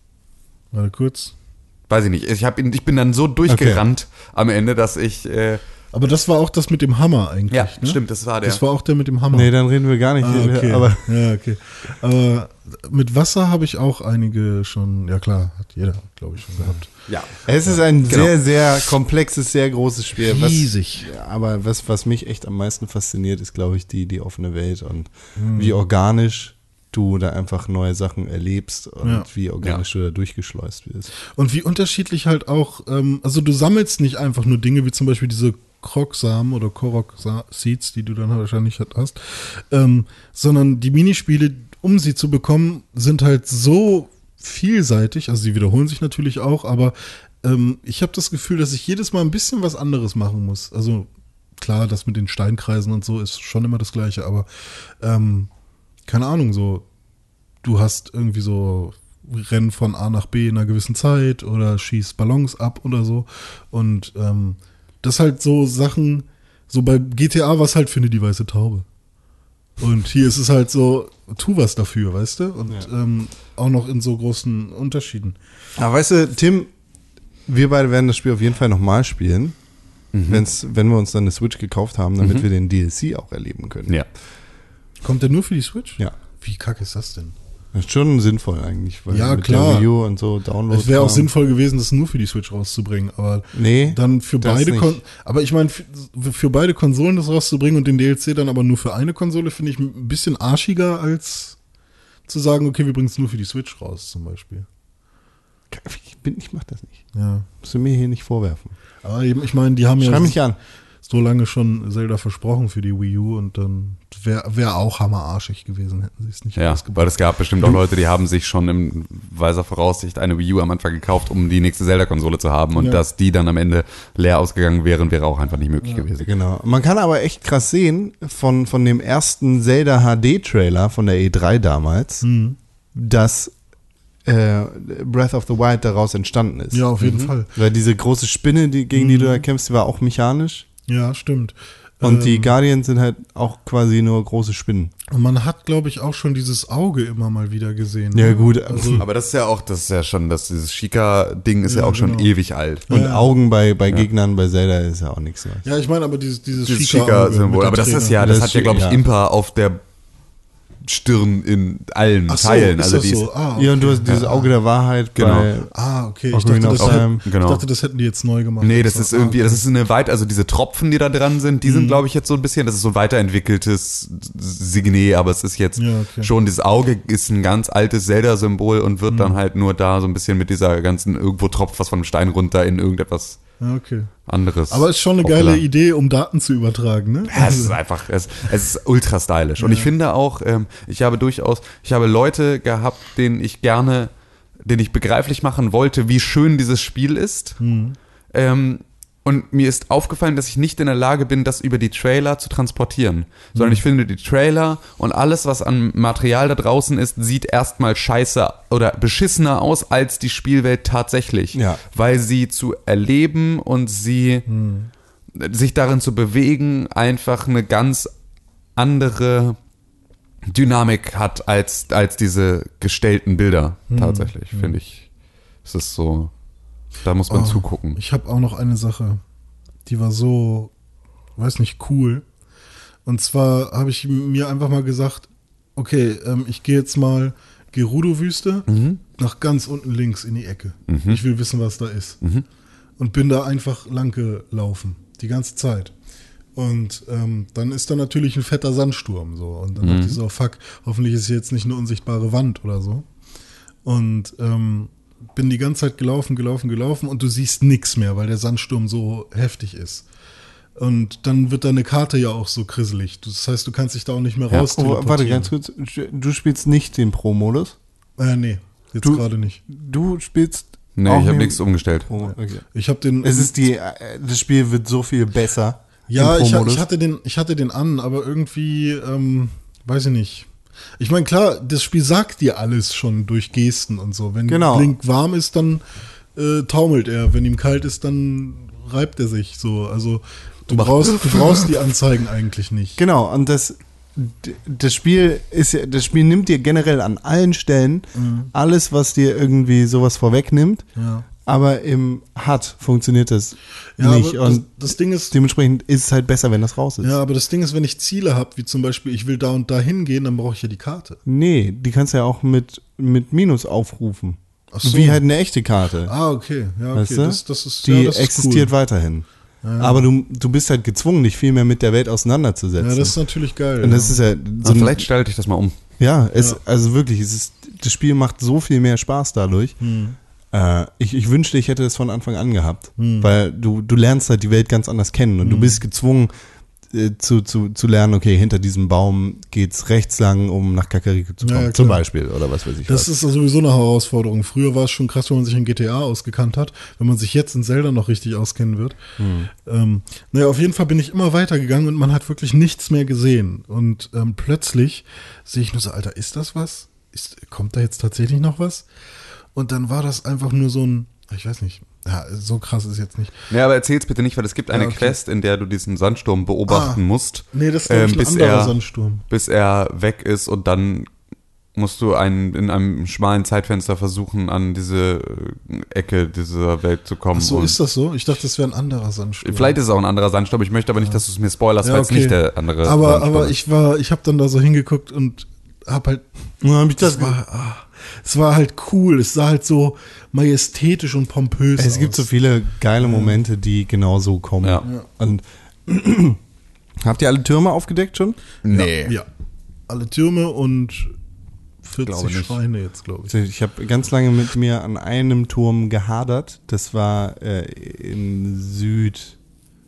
Warte kurz. Weiß ich nicht. Ich, hab, ihn- ich bin dann so durchgerannt am Ende, dass ich. Äh, Aber das war auch das mit dem Hammer eigentlich. ja, ne? stimmt, das war der. Das war auch der mit dem Hammer. Nee, dann reden wir gar nicht. Ah, okay. Aber ja, okay. Aber mit Wasser habe ich auch einige schon, ja klar, hat jeder, glaube ich, schon gehabt. ja. es ist ein Genau. sehr, sehr komplexes, sehr großes Spiel. Was, Riesig. Ja, aber was, was mich echt am meisten fasziniert, ist, glaube ich, die, die offene Welt und Hm. wie organisch du da einfach neue Sachen erlebst und Ja. wie organisch du da durchgeschleust wirst. Und wie unterschiedlich halt auch, ähm, also du sammelst nicht einfach nur Dinge wie zum Beispiel diese Krog-Samen oder Korok-Seeds, die du dann wahrscheinlich hast, ähm, sondern die Minispiele, um sie zu bekommen, sind halt so vielseitig, also sie wiederholen sich natürlich auch, aber ähm, ich habe das Gefühl, dass ich jedes Mal ein bisschen was anderes machen muss. Also klar, das mit den Steinkreisen und so ist schon immer das Gleiche, aber ähm, keine Ahnung, so du hast irgendwie so Rennen von A nach B in einer gewissen Zeit oder schießt Ballons ab oder so. Und ähm, das halt so Sachen, so bei G T A war es halt, finde die weiße Taube. Und hier ist es halt so, tu was dafür, weißt du? Und ähm, auch noch in so großen Unterschieden. Aber weißt du, Tim, wir beide werden das Spiel auf jeden Fall nochmal spielen, wenn's, wenn wir uns dann eine Switch gekauft haben, damit wir den D L C auch erleben können. Ja. Kommt der nur für die Switch? Ja. Wie kacke ist das denn? Das ist schon sinnvoll eigentlich, weil Ja, mit klar. der Wii U und so Download. Es wäre auch sinnvoll gewesen, das nur für die Switch rauszubringen, aber Nee, dann für das beide nicht. Kon aber ich meine, für, für beide Konsolen das rauszubringen und den D L C dann aber nur für eine Konsole, finde ich ein bisschen arschiger, als zu sagen, okay, wir bringen es nur für die Switch raus, zum Beispiel. Ich, bin, ich mach das nicht. Ja. Musst du mir hier nicht vorwerfen. Aber eben, ich meine, die haben ja Schreib mich an. so lange schon Zelda versprochen für die Wii U und dann wäre wär auch hammerarschig gewesen, hätten sie es nicht Ja, rausgebracht. weil es gab bestimmt auch Leute, die haben sich schon in weiser Voraussicht eine Wii U am Anfang gekauft, um die nächste Zelda-Konsole zu haben. Und Ja. dass die dann am Ende leer ausgegangen wären, wäre auch einfach nicht möglich gewesen. Genau. Man kann aber echt krass sehen, von, von dem ersten Zelda H D-Trailer von der E drei damals, Mhm. dass äh, Breath of the Wild daraus entstanden ist. Ja, auf jeden Fall. Weil diese große Spinne, die, gegen die du da kämpfst, die war auch mechanisch. Ja, stimmt. Und die Ähm, Guardians sind halt auch quasi nur große Spinnen. Und man hat, glaube ich, auch schon dieses Auge immer mal wieder gesehen. Ja, gut. Also, Aber das ist ja auch, das ist ja schon, das, dieses Chica-Ding ist ja, Ja, auch schon genau. ewig alt. Und Ja. Augen bei, bei Gegnern bei Zelda ist ja auch nichts Neues. ja, ich meine aber dieses, dieses, Dieses Chica-Auge Chica-Symbol. mit der Aber das ist Träne. ja, das Das hat ja, glaube ich, ja. Impa auf der Stirn in allen Ach so, Teilen. ist Also das die ist, so? Ah, Ja, und du okay. hast dieses Auge der Wahrheit Genau. bei Ah, okay. Ich Ocarina dachte, of das Time. hätten, Genau. ich dachte, das hätten die jetzt neu gemacht. Nee, das ist war- irgendwie, ah, das ist eine weit, also diese Tropfen, die da dran sind, die sind, glaube ich, jetzt so ein bisschen, das ist so ein weiterentwickeltes Signet, aber es ist jetzt Ja, okay. schon, dieses Auge ist ein ganz altes Zelda-Symbol und wird dann halt nur da so ein bisschen mit dieser ganzen, irgendwo tropft was von einem Stein runter in irgendetwas Ja, okay. anderes. Aber ist schon eine Popular. geile Idee, um Daten zu übertragen, ne? Ja, es ist einfach, es, es ist ultra stylisch. Und ich finde auch, ähm, ich habe durchaus, ich habe Leute gehabt, denen ich gerne, denen ich begreiflich machen wollte, wie schön dieses Spiel ist. Mhm. Ähm, und mir ist aufgefallen, dass ich nicht in der Lage bin, das über die Trailer zu transportieren. Sondern ich finde, die Trailer und alles, was an Material da draußen ist, sieht erstmal scheiße oder beschissener aus als die Spielwelt tatsächlich. Ja. Weil sie zu erleben und sie sich darin zu bewegen, einfach eine ganz andere Dynamik hat als, als diese gestellten Bilder tatsächlich, finde ich. Es ist so, da muss man Oh, zugucken. Ich habe auch noch eine Sache, die war so, weiß nicht, cool. Und zwar habe ich mir einfach mal gesagt, okay, ähm, ich gehe jetzt mal Gerudo-Wüste nach ganz unten links in die Ecke. Ich will wissen, was da ist. Und bin da einfach lang gelaufen, die ganze Zeit. Und ähm, dann ist da natürlich ein fetter Sandsturm. So. Und dann dachte ich so, fuck, hoffentlich ist hier jetzt nicht eine unsichtbare Wand oder so. Und ähm, bin die ganze Zeit gelaufen, gelaufen, gelaufen und du siehst nichts mehr, weil der Sandsturm so heftig ist. Und dann wird deine Karte ja auch so krisselig. Das heißt, du kannst dich da auch nicht mehr Ja. raus Oh, warte, ganz kurz. Du spielst nicht den Pro-Modus. Äh, nee, jetzt Du- gerade nicht. Du spielst. Nee, auch ich habe mit- nichts umgestellt. Oh, okay. Ich habe den. Es ist die. äh, Das Spiel wird so viel besser. ja, im ich, Pro-Modus. ich hatte den, ich hatte den an, aber irgendwie, ähm, weiß ich nicht. Ich meine, klar, das Spiel sagt dir alles schon durch Gesten und so. Wenn Genau. Link warm ist, dann äh, taumelt er. Wenn ihm kalt ist, dann reibt er sich so. Also du brauchst, du brauchst die Anzeigen eigentlich nicht. Genau, und das, d- das Spiel ist ja, das Spiel nimmt dir generell an allen Stellen alles, was dir irgendwie sowas vorwegnimmt, Ja. aber im H U D funktioniert das Ja, nicht. aber das, Und das Ding ist, dementsprechend ist es halt besser, wenn das raus ist. ja, aber das Ding ist, wenn ich Ziele habe, wie zum Beispiel, ich will da und da hingehen, dann brauche ich ja die Karte. Nee, die kannst du ja auch mit, mit Minus aufrufen. Ach so. Wie halt eine echte Karte. Ah, okay. Ja, okay. Weißt du? das, das ist, die ja, das ist existiert cool. weiterhin. Aber du, du bist halt gezwungen, dich viel mehr mit der Welt auseinanderzusetzen. Ja, das ist natürlich geil. und das ja. ist ja so So, ein, vielleicht stelle ich das mal um. ja, es, Ja. also wirklich, es ist, das Spiel macht so viel mehr Spaß dadurch. Hm. Äh, ich, ich wünschte, ich hätte das von Anfang an gehabt, weil du, du lernst halt die Welt ganz anders kennen und du bist gezwungen äh, zu, zu, zu lernen, okay, hinter diesem Baum geht's rechts lang, um nach Kakariko zu Ja, kommen, ja, zum klar. Beispiel, oder was weiß ich Das was. ist sowieso eine Herausforderung. Früher war es schon krass, wenn man sich in G T A ausgekannt hat. Wenn man sich jetzt in Zelda noch richtig auskennen wird. Ähm, naja, auf jeden Fall bin ich immer weitergegangen und man hat wirklich nichts mehr gesehen. Und ähm, plötzlich sehe ich nur so, Alter, ist das was? Ist, kommt da jetzt tatsächlich noch was? Und dann war das einfach nur so ein, ich weiß nicht, ja, so krass ist jetzt nicht. Ja, aber erzähl's bitte nicht, weil es gibt eine Ja, okay. Quest, in der du diesen Sandsturm beobachten Ah. musst. Nee, das ist glaub ich, ähm, ein bis anderer er, Sandsturm. bis er weg ist und dann musst du einen, in einem schmalen Zeitfenster versuchen, an diese äh, Ecke dieser Welt zu kommen. Ach so, und ist das so? Ich dachte, das wäre ein anderer Sandsturm. Vielleicht ist es auch ein anderer Sandsturm, ich möchte aber nicht, dass du es mir spoilerst, Ja, weil es okay. nicht der andere aber, Sandsturm aber ist. ich war, ich habe dann da so hingeguckt und hab halt, hab ich das war, ah, es war halt cool, es sah halt so majestätisch und pompös Es gibt so aus. viele geile Momente, die genau so kommen. Ja. Und habt ihr alle Türme aufgedeckt schon? Nee. Ja, alle Türme und Glaube vierzig nicht. Schreine jetzt, glaube ich. Ich habe ganz lange mit mir an einem Turm gehadert. Das war äh, im Süd,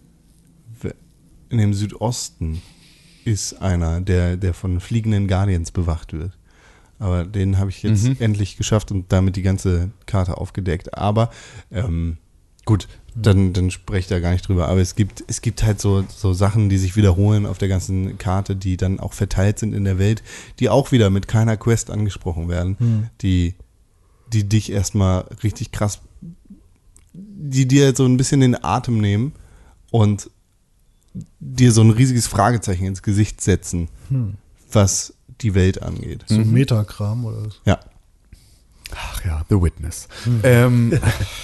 in dem Südosten ist einer, der, der von fliegenden Guardians bewacht wird. Aber den habe ich jetzt Mhm. endlich geschafft und damit die ganze Karte aufgedeckt. Aber ähm, gut, dann, dann spreche ich da gar nicht drüber. Aber es gibt, es gibt halt so, so Sachen, die sich wiederholen auf der ganzen Karte, die dann auch verteilt sind in der Welt, die auch wieder mit keiner Quest angesprochen werden, die, die dich erstmal richtig krass, die dir so ein bisschen den Atem nehmen und dir so ein riesiges Fragezeichen ins Gesicht setzen, was die Welt angeht. So Metakram oder was? Ja. Ach ja, The Witness. Ähm,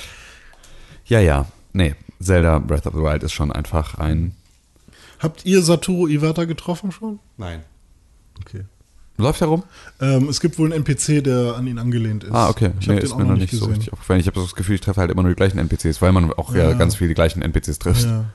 ja, ja. Nee, Zelda Breath of the Wild ist schon einfach ein... Habt ihr Satoru Iwata getroffen schon? Nein. Okay. Läuft herum? Ähm, es gibt wohl einen N P C, der an ihn angelehnt ist. Ah, okay. Ich habe Nee, den ist auch mir noch nicht so gesehen. richtig aufgefallen. Ich habe das Gefühl, ich treffe halt immer nur die gleichen N P Cs, weil man auch ja, Ja. ganz viele die gleichen N P Cs trifft. Ja.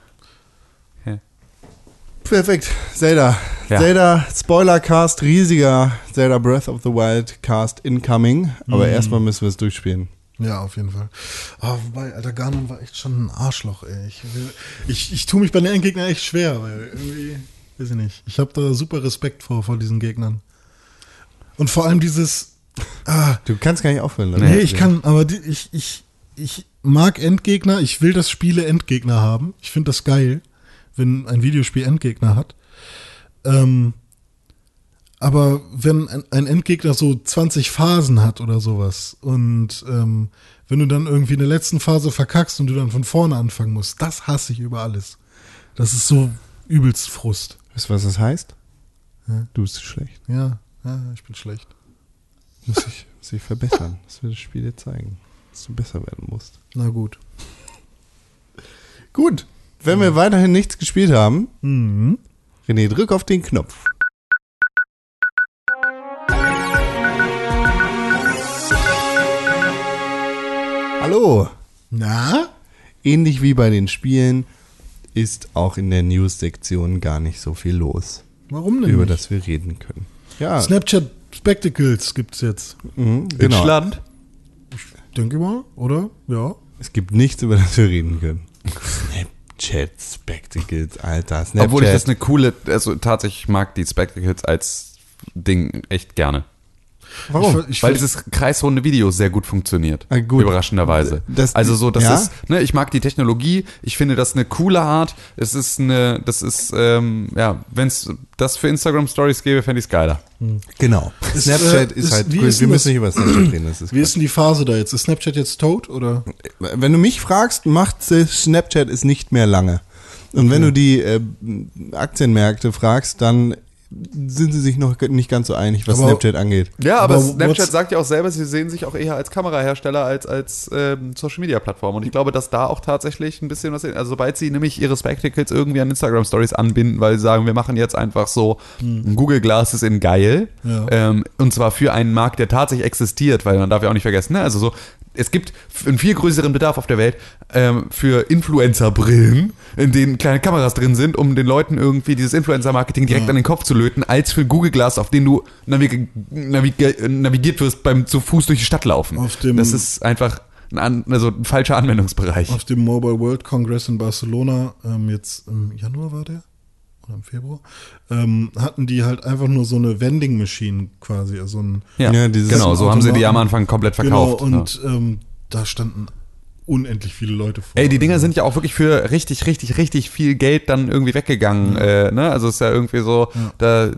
Perfekt. Zelda. Ja. Zelda Spoilercast, riesiger Zelda Breath of the Wild Cast incoming. Aber erstmal müssen wir es durchspielen. Ja, auf jeden Fall. Aber wobei, Alter, Ganon war echt schon ein Arschloch, ey. Ich, will- ich, ich tue mich bei den Endgegnern echt schwer, weil irgendwie, weiß ich nicht. Ich habe da super Respekt vor, vor diesen Gegnern. Und vor allem dieses, ah, Du kannst gar nicht aufhören. oder? nee, ich kann, aber die, ich, ich, ich mag Endgegner, ich will, dass Spiele Endgegner haben. Ich finde das geil, wenn ein Videospiel Endgegner hat. Ähm, aber wenn ein, ein Endgegner so zwanzig Phasen hat oder sowas und ähm, wenn du dann irgendwie in der letzten Phase verkackst und du dann von vorne anfangen musst, das hasse ich über alles. Das ist so übelst Frust. Weißt du, was das heißt? Ja. Du bist schlecht. Ja, ja, ich bin schlecht. Muss ich, muss ich verbessern. Das wird das Spiel dir zeigen, dass du besser werden musst. Na gut. Gut. Wenn wir weiterhin nichts gespielt haben, Mhm. René, drück auf den Knopf. Hallo. Na? Ähnlich wie bei den Spielen ist auch in der News-Sektion gar nicht so viel los, Warum denn über nicht? das wir reden können. Ja, Snapchat Spectacles gibt's jetzt. mhm, genau. Deutschland. Denke mal, oder? Ja. Es gibt nichts, über das wir reden können. Snapchat Spectacles, Alter. Snapchat. Obwohl ich das eine coole, also tatsächlich mag die Spectacles als Ding echt gerne. Warum? Ich, ich, Weil dieses kreisrunde Video sehr gut funktioniert. Ah, gut. Überraschenderweise. Das- also so, das ja? ist, ne, ich mag die Technologie, ich finde das eine coole Art. Es ist eine, das ist, ähm, ja, wenn es das für Instagram Stories gäbe, fände ich es geiler. Genau. Ist, Snapchat äh, ist, ist- halt wie cool. ist Wir denn müssen das- nicht über Snapchat reden. Das ist Wie ist denn die Phase da jetzt? Ist Snapchat jetzt tot oder? Wenn du mich fragst, macht Snapchat es nicht mehr lange. Und wenn du die äh, Aktienmärkte fragst, dann sind sie sich noch nicht ganz so einig, was Aber- Snapchat angeht. Ja, aber, Aber Snapchat what's- sagt ja auch selber, sie sehen sich auch eher als Kamerahersteller als als ähm, Social Media Plattform. Und ich glaube, dass da auch tatsächlich ein bisschen was, also sobald sie nämlich ihre Spectacles irgendwie an Instagram Stories anbinden, weil sie sagen, wir machen jetzt einfach so ein Google Glasses in geil, Ja. ähm, und zwar für einen Markt, der tatsächlich existiert, weil man darf ja auch nicht vergessen, ne? Also so, es gibt einen viel größeren Bedarf auf der Welt ähm, für Influencer-Brillen, in denen kleine Kameras drin sind, um den Leuten irgendwie dieses Influencer-Marketing direkt Ja. an den Kopf zu löten, als für Google Glass, auf den du navig navig navigiert wirst beim zu Fuß durch die Stadt laufen. Auf dem- das ist einfach ein, an, also ein falscher Anwendungsbereich. Auf dem Mobile World Congress in Barcelona, ähm, jetzt im Januar war der? Oder im Februar? Ähm, hatten die halt einfach nur so eine Vending Machine quasi. Also ein, Ja, Ja, dieses genau, so haben sie die am Automaten. Anfang komplett genau, verkauft. und ähm, da standen unendlich viele Leute vor. Ey, die Dinger sind ja auch wirklich für richtig, richtig, richtig viel Geld dann irgendwie weggegangen. Äh, ne? Also es ist ja irgendwie so, Ja. da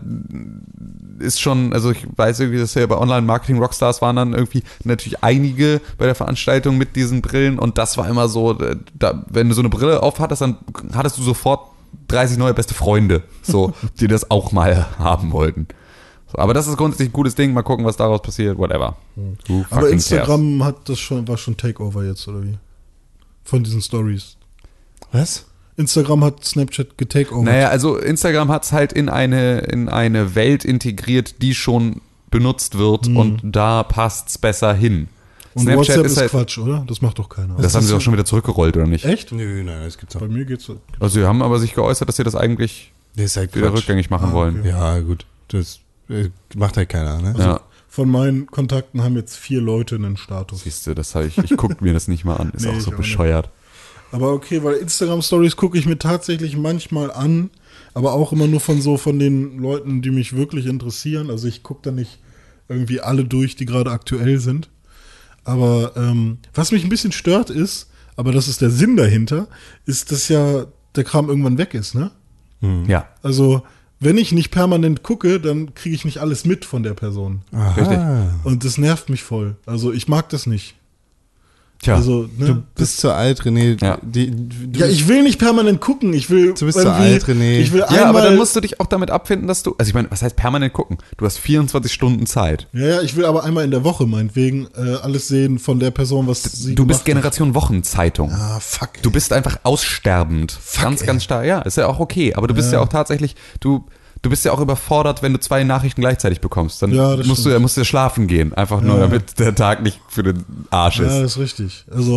ist schon, also ich weiß irgendwie, dass ja bei Online-Marketing-Rockstars waren dann irgendwie natürlich einige bei der Veranstaltung mit diesen Brillen und das war immer so, da, wenn du so eine Brille aufhattest, dann hattest du sofort dreißig neue beste Freunde, so, die das auch mal haben wollten. So, aber das ist grundsätzlich ein cooles Ding, mal gucken, was daraus passiert, whatever. Who Aber fucking Instagram hat das schon, war schon Takeover jetzt, oder wie? Von diesen Stories. Was? Instagram hat Snapchat getakeovert. Naja, also Instagram hat es halt in eine, in eine Welt integriert, die schon benutzt wird und da passt es besser hin. Und WhatsApp ist Quatsch, oder? Das macht doch keiner. Das haben sie auch schon wieder zurückgerollt, oder nicht? Echt? Nö, nein, das gibt's auch. Bei mir geht's so. Also sie haben aber sich geäußert, dass sie das eigentlich Das ist halt wieder Quatsch. rückgängig machen Ah, wollen. okay. Ja, gut. Das äh, macht halt keiner, ne? Ja, Von meinen Kontakten haben jetzt vier Leute einen Status. siehst du, das habe ich, ich gucke mir das nicht mal an. Ist Nee, auch ich so auch nicht. bescheuert. Aber okay, weil Instagram-Stories gucke ich mir tatsächlich manchmal an, aber auch immer nur von so von den Leuten, die mich wirklich interessieren. Also ich gucke da nicht irgendwie alle durch, die gerade aktuell sind. Aber ähm, was mich ein bisschen stört ist, aber das ist der Sinn dahinter, ist, dass ja der Kram irgendwann weg ist, ne? Ja, Also wenn ich nicht permanent gucke, dann kriege ich nicht alles mit von der Person. richtig. Und das nervt mich voll. Also ich mag das nicht. Tja, Also, ne, Du bist zu alt, René. Ja. Die, du ja, bist- ich will nicht permanent gucken. Ich will Du bist zu irgendwie- alt, René. Ich will ja, einmal, aber dann musst du dich auch damit abfinden, dass du, also ich meine, was heißt permanent gucken? Du hast vierundzwanzig Stunden Zeit. ja, ja, ich will aber einmal in der Woche meinetwegen äh, alles sehen von der Person, was sie Du bist gemacht Generation Wochenzeitung. hat. Ah, fuck. Du bist einfach aussterbend. ganz, ey. ganz stark. Ja, ist ja auch okay. Aber du bist ja, Ja. auch tatsächlich, du, du bist ja auch überfordert, wenn du zwei Nachrichten gleichzeitig bekommst. Dann Ja, das musst, du, stimmt. musst du ja schlafen gehen. Einfach nur, Ja. damit der Tag nicht für den Arsch Ja, ist. das ist richtig. Also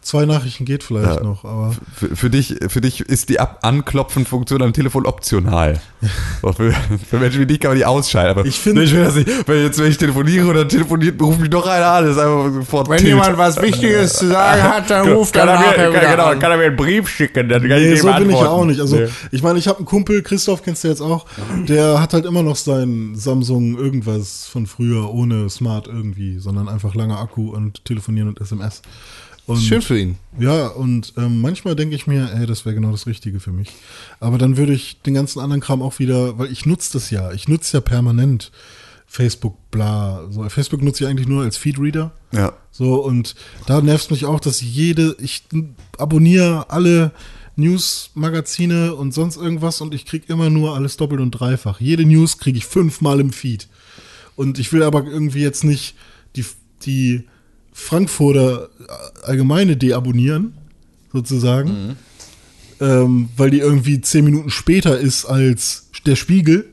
zwei Nachrichten geht vielleicht Ja. noch, aber Für, für, dich, für dich ist die Ab- Anklopfen-Funktion am Telefon optional. So, für, für Menschen wie dich kann man die ausschalten. Aber Ich find- ich will das nicht, weil jetzt, wenn ich telefoniere oder telefoniert, ruft mich noch einer an. Das ist einfach sofort Wenn Tilt. jemand was Wichtiges zu sagen hat, dann ruft er Kann er mir, nachher kann, wieder genau, an. kann er mir einen Brief schicken, dann kann nee, ich so dem bin ich ja antworten. auch nicht. Also Nee. ich meine, ich habe einen Kumpel, Christoph kennst du jetzt auch, der hat halt immer noch sein Samsung irgendwas von früher ohne Smart irgendwie, sondern einfach langer Akku und telefonieren und S M S. Und Schön für ihn. Ja, und ähm, manchmal denke ich mir, ey, das wäre genau das Richtige für mich. Aber dann würde ich den ganzen anderen Kram auch wieder, weil ich nutze das ja, ich nutze ja permanent Facebook, bla. So, Facebook nutze ich eigentlich nur als Feedreader. Ja. So, und da nervt mich auch, dass jede, ich abonniere alle News-Magazine und sonst irgendwas und ich kriege immer nur alles doppelt und dreifach. Jede News kriege ich fünfmal im Feed. Und ich will aber irgendwie jetzt nicht die, die Frankfurter Allgemeine deabonnieren, sozusagen, mhm. ähm, weil die irgendwie zehn Minuten später ist als der Spiegel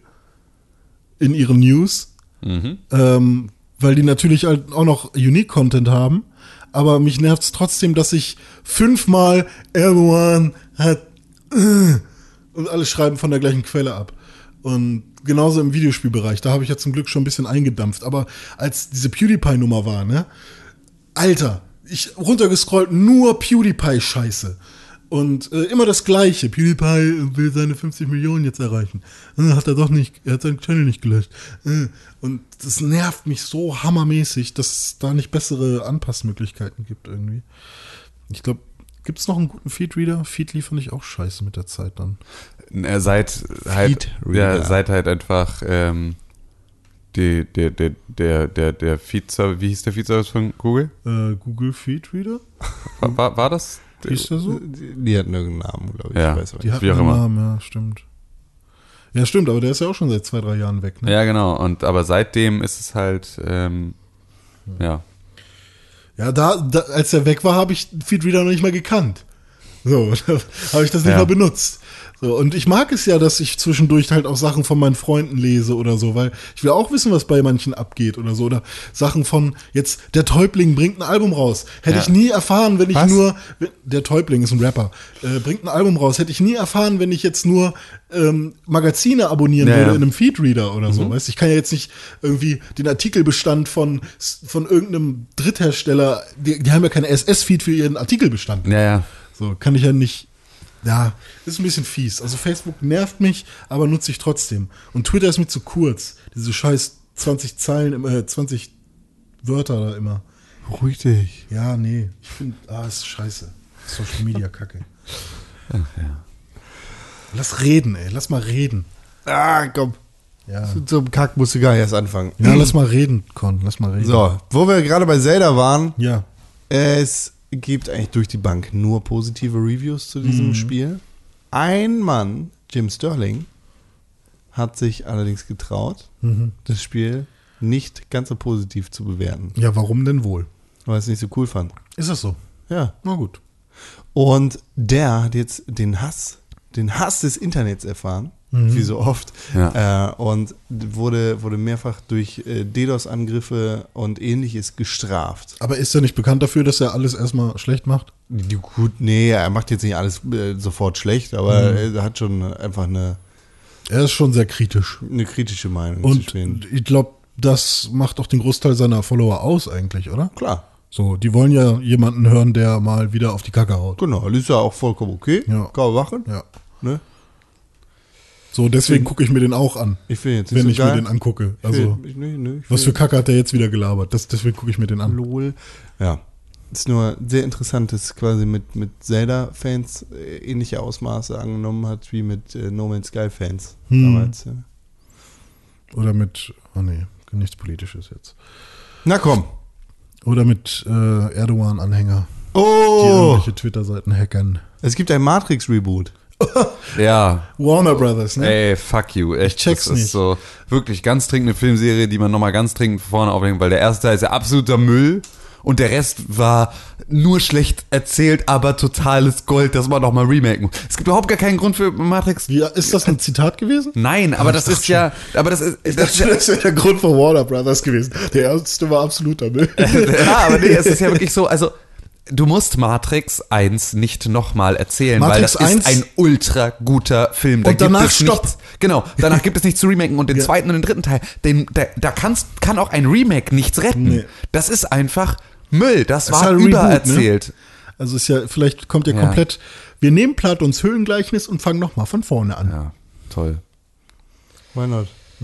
in ihren News, Mhm. ähm, weil die natürlich halt auch noch Unique-Content haben, aber mich nervt es trotzdem, dass ich fünfmal Erdogan hat äh, und alle schreiben von der gleichen Quelle ab. Und genauso im Videospielbereich, da habe ich ja zum Glück schon ein bisschen eingedampft, aber als diese PewDiePie-Nummer war, ne, Alter, ich runtergescrollt, nur PewDiePie-Scheiße. Und äh, immer das Gleiche. PewDiePie will seine fünfzig Millionen jetzt erreichen. Äh, hat er doch nicht, er hat seinen Channel nicht gelöscht. Äh, und das nervt mich so hammermäßig, dass es da nicht bessere Anpassmöglichkeiten gibt irgendwie. Ich glaube, gibt es noch einen guten Feedreader? Feedly fand ich auch scheiße mit der Zeit dann. Er seid halt, Feedreader. ja, seid halt einfach ähm, die, der, der, der, der, der Feed-Service, wie hieß der Feed-Service von Google? Äh, Google Feedreader? War, war, war das? Hieß der so? Die, die hatten irgendeinen Namen, glaube ich. Ja. Ich weiß aber Die nicht. hatten wie auch einen immer. Namen, ja, stimmt. Ja, stimmt, aber der ist ja auch schon seit zwei, drei Jahren weg, ne? Ja, genau. Und aber seitdem ist es halt, ähm, ja. Ja, da, da als er weg war, habe ich Feedreader noch nicht mal gekannt. So, da habe ich das nicht Ja. mal benutzt. So, und ich mag es ja, dass ich zwischendurch halt auch Sachen von meinen Freunden lese oder so, weil ich will auch wissen, was bei manchen abgeht oder so. Oder Sachen von, jetzt, der Täubling bringt ein Album raus. Hätte Ja. ich nie erfahren, wenn ich Was? nur, wenn, der Täubling ist ein Rapper, äh, bringt ein Album raus. Hätte ich nie erfahren, wenn ich jetzt nur ähm, Magazine abonnieren Ja, würde ja. in einem Feedreader oder so. Weißt, ich kann ja jetzt nicht irgendwie den Artikelbestand von, von irgendeinem Dritthersteller, die, die haben ja keinen S S-Feed für ihren Artikelbestand. Ja, ja. So, kann ich ja nicht. Ja, ist ein bisschen fies. Also Facebook nervt mich, aber nutze ich trotzdem. Und Twitter ist mir zu kurz. Diese scheiß zwanzig Zeilen, immer, äh, zwanzig Wörter da immer. Ruhig dich. Ja, nee. Ich finde, ah, ist scheiße. Social Media Kacke. Ach, ja. Lass reden, ey. Lass mal reden. Ah, komm. Ja. Mit so einem Kack musst du gar nicht erst anfangen. Ja, lass mal reden, Con. Lass mal reden. So, wo wir gerade bei Zelda waren, Ja. es gibt eigentlich durch die Bank nur positive Reviews zu diesem Spiel. Ein Mann, Jim Sterling, hat sich allerdings getraut, das Spiel nicht ganz so positiv zu bewerten, Ja, warum denn wohl? weil er es nicht so cool fand. Ist das so? Ja. Na gut. Und der hat jetzt den Hass, den Hass des Internets erfahren, wie so oft, Ja. äh, und wurde, wurde mehrfach durch äh, DDoS-Angriffe und ähnliches gestraft. Aber ist er nicht bekannt dafür, dass er alles erstmal schlecht macht? Die, gut, nee, er macht jetzt nicht alles äh, sofort schlecht, aber er hat schon einfach eine, Er ist schon sehr kritisch. eine kritische Meinung zu Und stehen. ich glaube, das macht auch den Großteil seiner Follower aus eigentlich, oder? Klar, So, die wollen ja jemanden hören, der mal wieder auf die Kacke haut. genau, das ist ja auch vollkommen okay, Ja. kann man machen. Ja. Ne? So, deswegen gucke ich mir den auch an, Ich finde jetzt nicht wenn so ich geil. mir den angucke. Also, ich, nee, nee, ich was für find- Kacke hat der jetzt wieder gelabert? Das, deswegen gucke ich mir den an. Lol. Ja. Ist nur sehr interessant, dass es quasi mit, mit Zelda-Fans äh, ähnliche Ausmaße angenommen hat wie mit äh, No Man's Sky-Fans Hm. damals. Ja. Oder mit, oh nee, nichts Politisches jetzt. Na komm. Oder mit äh, Erdogan-Anhänger, die Oh! irgendwelche Twitter-Seiten hackern. Es gibt ein Matrix-Reboot. Ja. Warner Brothers, ne? Ey, fuck you. Echt, Ich check's das ist nicht. so wirklich ganz dringend eine Filmserie, die man nochmal ganz dringend vorne auflegen, weil der erste Teil ist ja absoluter Müll und der Rest war nur schlecht erzählt, aber totales Gold, das man nochmal remaken muss. Es gibt überhaupt gar keinen Grund für Matrix. Wie, ist das ein Zitat gewesen? Nein, aber ich das dachte ist ja, aber das ist, das Das, ist ja, das wäre der Grund von Warner Brothers gewesen. Der erste war absoluter Müll. ja, aber nee, es ist ja wirklich so, also du musst Matrix eins nicht nochmal erzählen, Matrix weil das eins ist ein ultra guter Film. Da Und danach gibt es stopp. Nichts, genau, danach gibt es nichts zu remaken und den Ja. zweiten und den dritten Teil, den, da, da kannst, kann auch ein Remake nichts retten. Nee. Das ist einfach Müll, das, Das war ist halt ein übererzählt. Reboot, ne? Also ist ja, vielleicht kommt ja Ja. komplett, wir nehmen Platons Höhlengleichnis und fangen nochmal von vorne an. Ja, toll. Why not?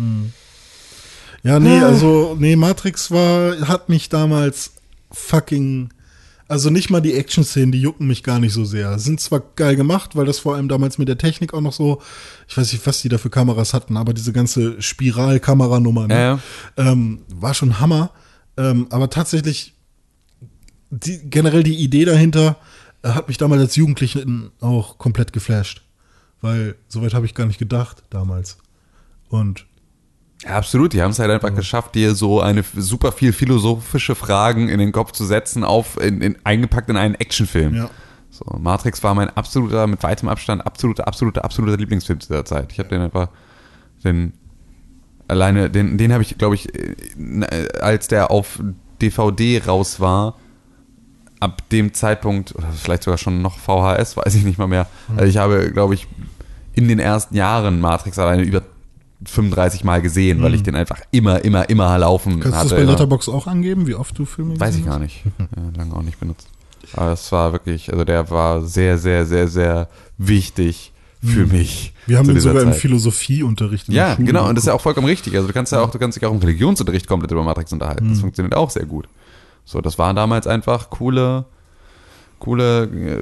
Ja, nee, also, nee, Matrix war, hat mich damals fucking, also nicht mal die Action-Szenen, die jucken mich gar nicht so sehr. Sind zwar geil gemacht, weil das vor allem damals mit der Technik auch noch so, ich weiß nicht, was die da für Kameras hatten, aber diese ganze Spiral-Kameranummer, ne? Ja. ähm, war schon Hammer. Ähm, aber tatsächlich, die, generell die Idee dahinter äh, hat mich damals als Jugendlichen auch komplett geflasht. Weil soweit habe ich gar nicht gedacht damals. Und Ja, absolut. Die haben es halt einfach geschafft, dir so eine super viel philosophische Fragen in den Kopf zu setzen, auf in, in, eingepackt in einen Actionfilm. ja. So, Matrix war mein absoluter, mit weitem Abstand, absoluter, absoluter, absoluter Lieblingsfilm zu der Zeit. Ich habe den einfach, den alleine, den, den habe ich, glaube ich, äh, als der auf D V D raus war, ab dem Zeitpunkt, oder vielleicht sogar schon noch V H S, weiß ich nicht mal mehr. Also ich habe, glaube ich, in den ersten Jahren Matrix alleine über fünfunddreißig Mal gesehen, weil ich den einfach immer, immer, immer laufen Kannst du hatte. das bei immer. Letterboxd auch angeben, wie oft du Filme Weiß ich gesehen gar nicht. Ja, lange auch nicht benutzt. Aber es war wirklich, also der war sehr, sehr, sehr, sehr wichtig für mich. hast? Wir haben zu ihn dieser sogar im Zeit. Philosopieunterricht in der Ja, Schule genau, und das ist ja geguckt. auch vollkommen richtig. Also du kannst ja auch, du kannst dich auch im Religionsunterricht komplett über Matrix unterhalten. Das funktioniert auch sehr gut. So, das war damals einfach coole, coole äh,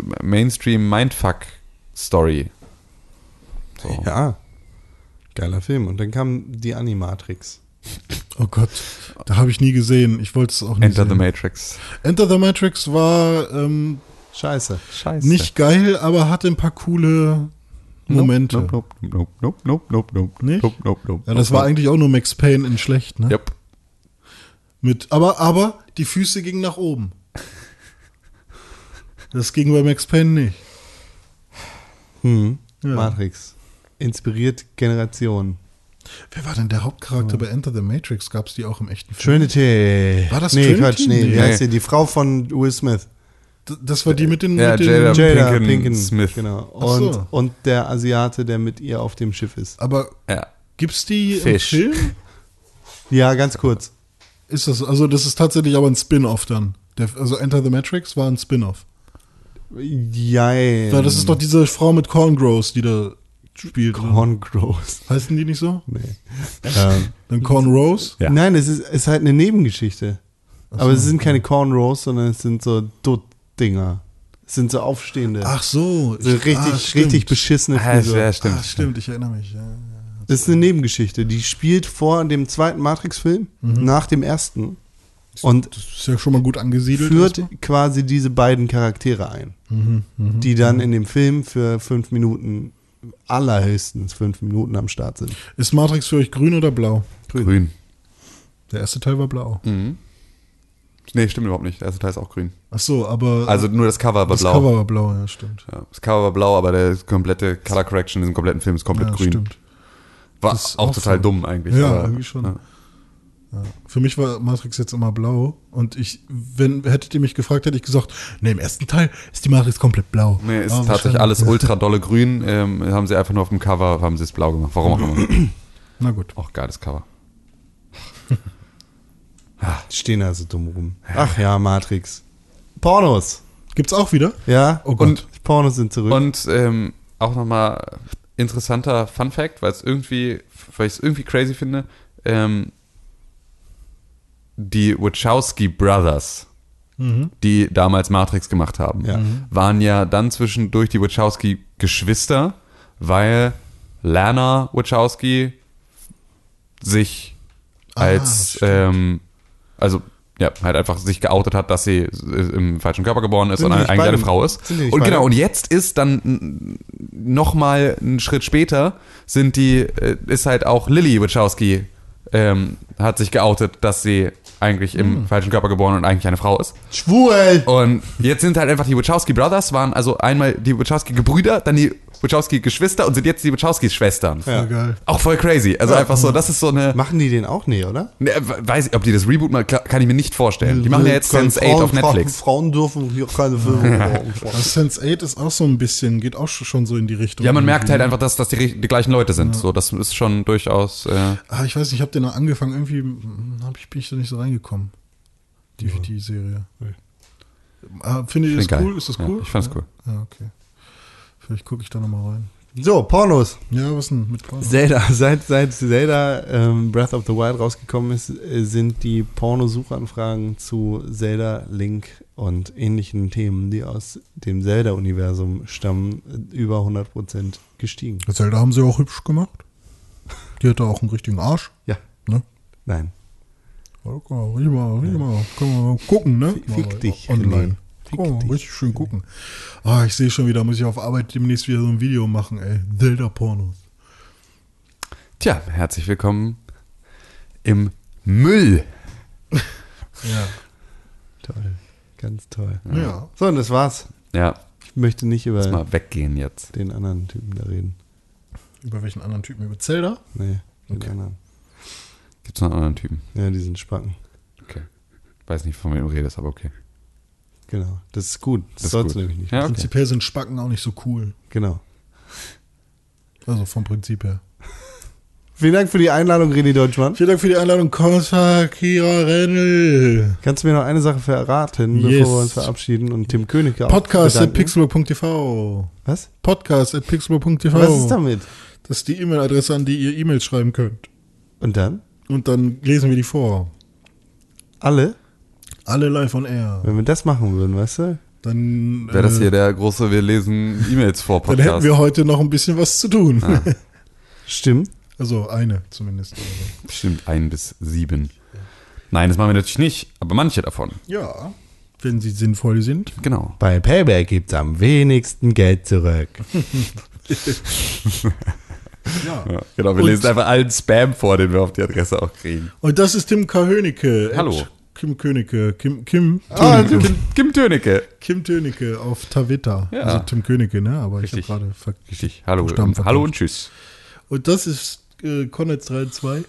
Mainstream-Mindfuck-Story. So. Ja. Geiler Film. Und dann kam die Animatrix. Oh Gott, da habe ich nie gesehen. Ich wollte es auch nie Enter sehen. the Matrix. Enter the Matrix war ähm, Scheiße. Scheiße. nicht geil, aber hatte ein paar coole Momente. Nope, nope, nope, nope, nope, nope, Nicht? nope, nope, nope. Ja, das war eigentlich auch nur Max Payne in schlecht, ne? Yep. Mit, aber, aber die Füße gingen nach oben. Das ging bei Max Payne nicht. Hm. Ja. Matrix. Inspiriert Generationen. Wer war denn der Hauptcharakter bei Enter the Matrix? Gab es die auch im echten Film? Trinity. War das nee, Trinity? Quatsch, nee. Wie Nee. heißt die? Die Frau von Will Smith. D- Das war die mit den, Ja, mit den Jada Jada Pinkett Pinkett Smith. Genau. Ach so. Und, und der Asiate, der mit ihr auf dem Schiff ist. Aber Ja. gibt's die Fisch. im Film? Ja, ganz kurz. Ist das, also das ist tatsächlich aber ein Spin-off dann. Der, also Enter the Matrix war ein Spin-off. Jein. Weil das ist doch diese Frau mit Cornrows, die da spielt. oder? Corn Gross. Heißen die nicht so? Nee. ähm, Dann Cornrows? Ja. Nein, es ist, es ist halt eine Nebengeschichte. Aber es sind keine Cornrows, sondern es sind so Dutt-Dinger. Es sind so aufstehende. Ach so. so richtig, ah, stimmt. richtig beschissene Ah, Frisur. ja, stimmt. Ah, stimmt, ich erinnere mich. Ja, ja. Das ist eine Nebengeschichte. Die spielt vor dem zweiten Matrix-Film, nach dem ersten. Und Das ist ja schon mal gut angesiedelt. führt erstmal. quasi diese beiden Charaktere ein, die dann in dem Film für fünf Minuten, allerhöchstens fünf Minuten am Start sind. Ist Matrix für euch grün oder blau? Grün. Der erste Teil war blau. Mhm. Nee, stimmt überhaupt nicht. Der erste Teil ist auch grün. Ach so, aber Also nur das Cover war das blau. Cover war blau, ja, stimmt. Ja, das Cover war blau, aber der komplette Color Correction in diesem kompletten Film ist komplett Ja, grün. stimmt. War Das ist auch, auch total so. dumm eigentlich. Ja, aber, irgendwie schon. Ja. Ja. Für mich war Matrix jetzt immer blau und ich, wenn, hättet ihr mich gefragt, hätte ich gesagt, nee, im ersten Teil ist die Matrix komplett blau. Nee, ist Aber tatsächlich wahrscheinlich- alles ultra dolle grün. Ähm, haben sie einfach nur auf dem Cover, haben sie es blau gemacht. Warum auch immer. Na gut. Auch geiles Cover. Die stehen also dumm rum. Ach ja, Matrix. Pornos. Gibt's auch wieder? Ja, Oh Gott. und Pornos sind zurück. Und ähm, auch nochmal interessanter Fun Fact, weil es irgendwie, weil ich es irgendwie crazy finde, ähm, die Wachowski Brothers, die damals Matrix gemacht haben, Ja. waren ja dann zwischendurch die Wachowski Geschwister, weil Lana Wachowski sich als, stimmt. ähm, also ja, halt einfach sich geoutet hat, dass sie im falschen Körper geboren ist Sind und die eigentlich nicht eine beide- Frau ist. sind die nicht Und genau, beide? und jetzt ist dann nochmal einen Schritt später, sind die, äh, ist halt auch Lily Wachowski, ähm, hat sich geoutet, dass sie eigentlich im Hm. falschen Körper geboren und eigentlich eine Frau ist. Schwul! Und jetzt sind halt einfach die Wachowski Brothers, waren also einmal die Wachowski Gebrüder, dann die Wachowski-Geschwister und sind jetzt die Wachowskis-Schwestern. Voll geil. Auch voll crazy. Also einfach so, das ist so eine... Machen die den auch? Nee, oder? Ne, weiß ich, ob die das Reboot mal, kann ich mir nicht vorstellen. Die machen ja jetzt Keine Sense eight auf Frauen- Netflix. Frauen dürfen hier keine Filme machen. Sense eight ist auch so ein bisschen, geht auch schon so in die Richtung. Ja, man merkt halt einfach, dass das die, die gleichen Leute sind. So, das ist schon durchaus... Äh, Ah, ich weiß nicht, ich habe den noch angefangen, irgendwie hm, hab ich, bin ich da nicht so reingekommen. Die, die Serie. Ah, findet ihr das geil. cool? Ist das cool? Ja, ich fand's cool. Ja, okay. Vielleicht gucke ich da nochmal rein. So, Pornos. Ja, was denn mit Porno? Zelda, seit, seit Zelda ähm, Breath of the Wild rausgekommen ist, äh, sind die Pornosuchanfragen zu Zelda, Link und ähnlichen Themen, die aus dem Zelda-Universum stammen, äh, über hundert Prozent gestiegen. Zelda haben sie auch hübsch gemacht. Die hatte auch einen richtigen Arsch. Ja. Ne? Nein. Ja, guck mal, riech mal, riech mal. Können wir mal gucken, ne? Fick Mal dich, Online. René. Fick Oh, dich. richtig schön gucken. Ah, ich sehe schon wieder, muss ich auf Arbeit demnächst wieder so ein Video machen, ey. Zelda-Pornos. Tja, herzlich willkommen im Müll. Ja. Toll. Ganz toll. Ja. So, und das war's. Ja, Ich möchte nicht über lass mal weggehen jetzt. den anderen Typen da reden. Über welchen anderen Typen? Über Zelda? Nee, den Okay. anderen. Gibt's noch einen anderen Typen? Ja, die sind Spacken. Okay. Weiß nicht, von wem du redest, aber okay. Genau. Das ist gut. Das, Das ist sollst du gut. nämlich nicht. Ja, okay. Prinzipiell sind Spacken auch nicht so cool. Genau. Also vom Prinzip her. Vielen Dank für die Einladung, René Deutschmann. Vielen Dank für die Einladung, Kommissar Kira Rennel. Kannst du mir noch eine Sache verraten, Yes. bevor wir uns verabschieden und Tim König auch Podcast at bedanken? pixelburg punkt t v. Was? Podcast at pixelburg punkt t v. Was ist damit? Das ist die E-Mail-Adresse, an die ihr E-Mails schreiben könnt. Und dann? Und dann lesen wir die vor. Alle? Alle live on air. Wenn wir das machen würden, weißt du? Dann, Wäre das äh, hier der große Wir lesen E-Mails vor dann hätten Podcast? wir heute noch ein bisschen was zu tun. Stimmt. Also eine zumindest. Bestimmt ein bis sieben. Nein, das machen wir natürlich nicht, aber manche davon. Ja, wenn sie sinnvoll sind. Genau. Bei Payback gibt's am wenigsten Geld zurück. Ja. Ja, genau, wir Und- lesen einfach allen Spam vor, den wir auf die Adresse auch kriegen. Und das ist Tim K. Hönecke. Hallo. At Kim Königke. Kim, Kim, Ah, Tönecke. Kim, Kim Tönecke. Kim Tönecke auf Twitter. Ja. Also Tim Königke, ne? Aber Richtig. ich habe gerade ver Richtig. Hallo, Buchstaben und, vertauscht. hallo und tschüss. Und das ist äh, Connets drei zwei.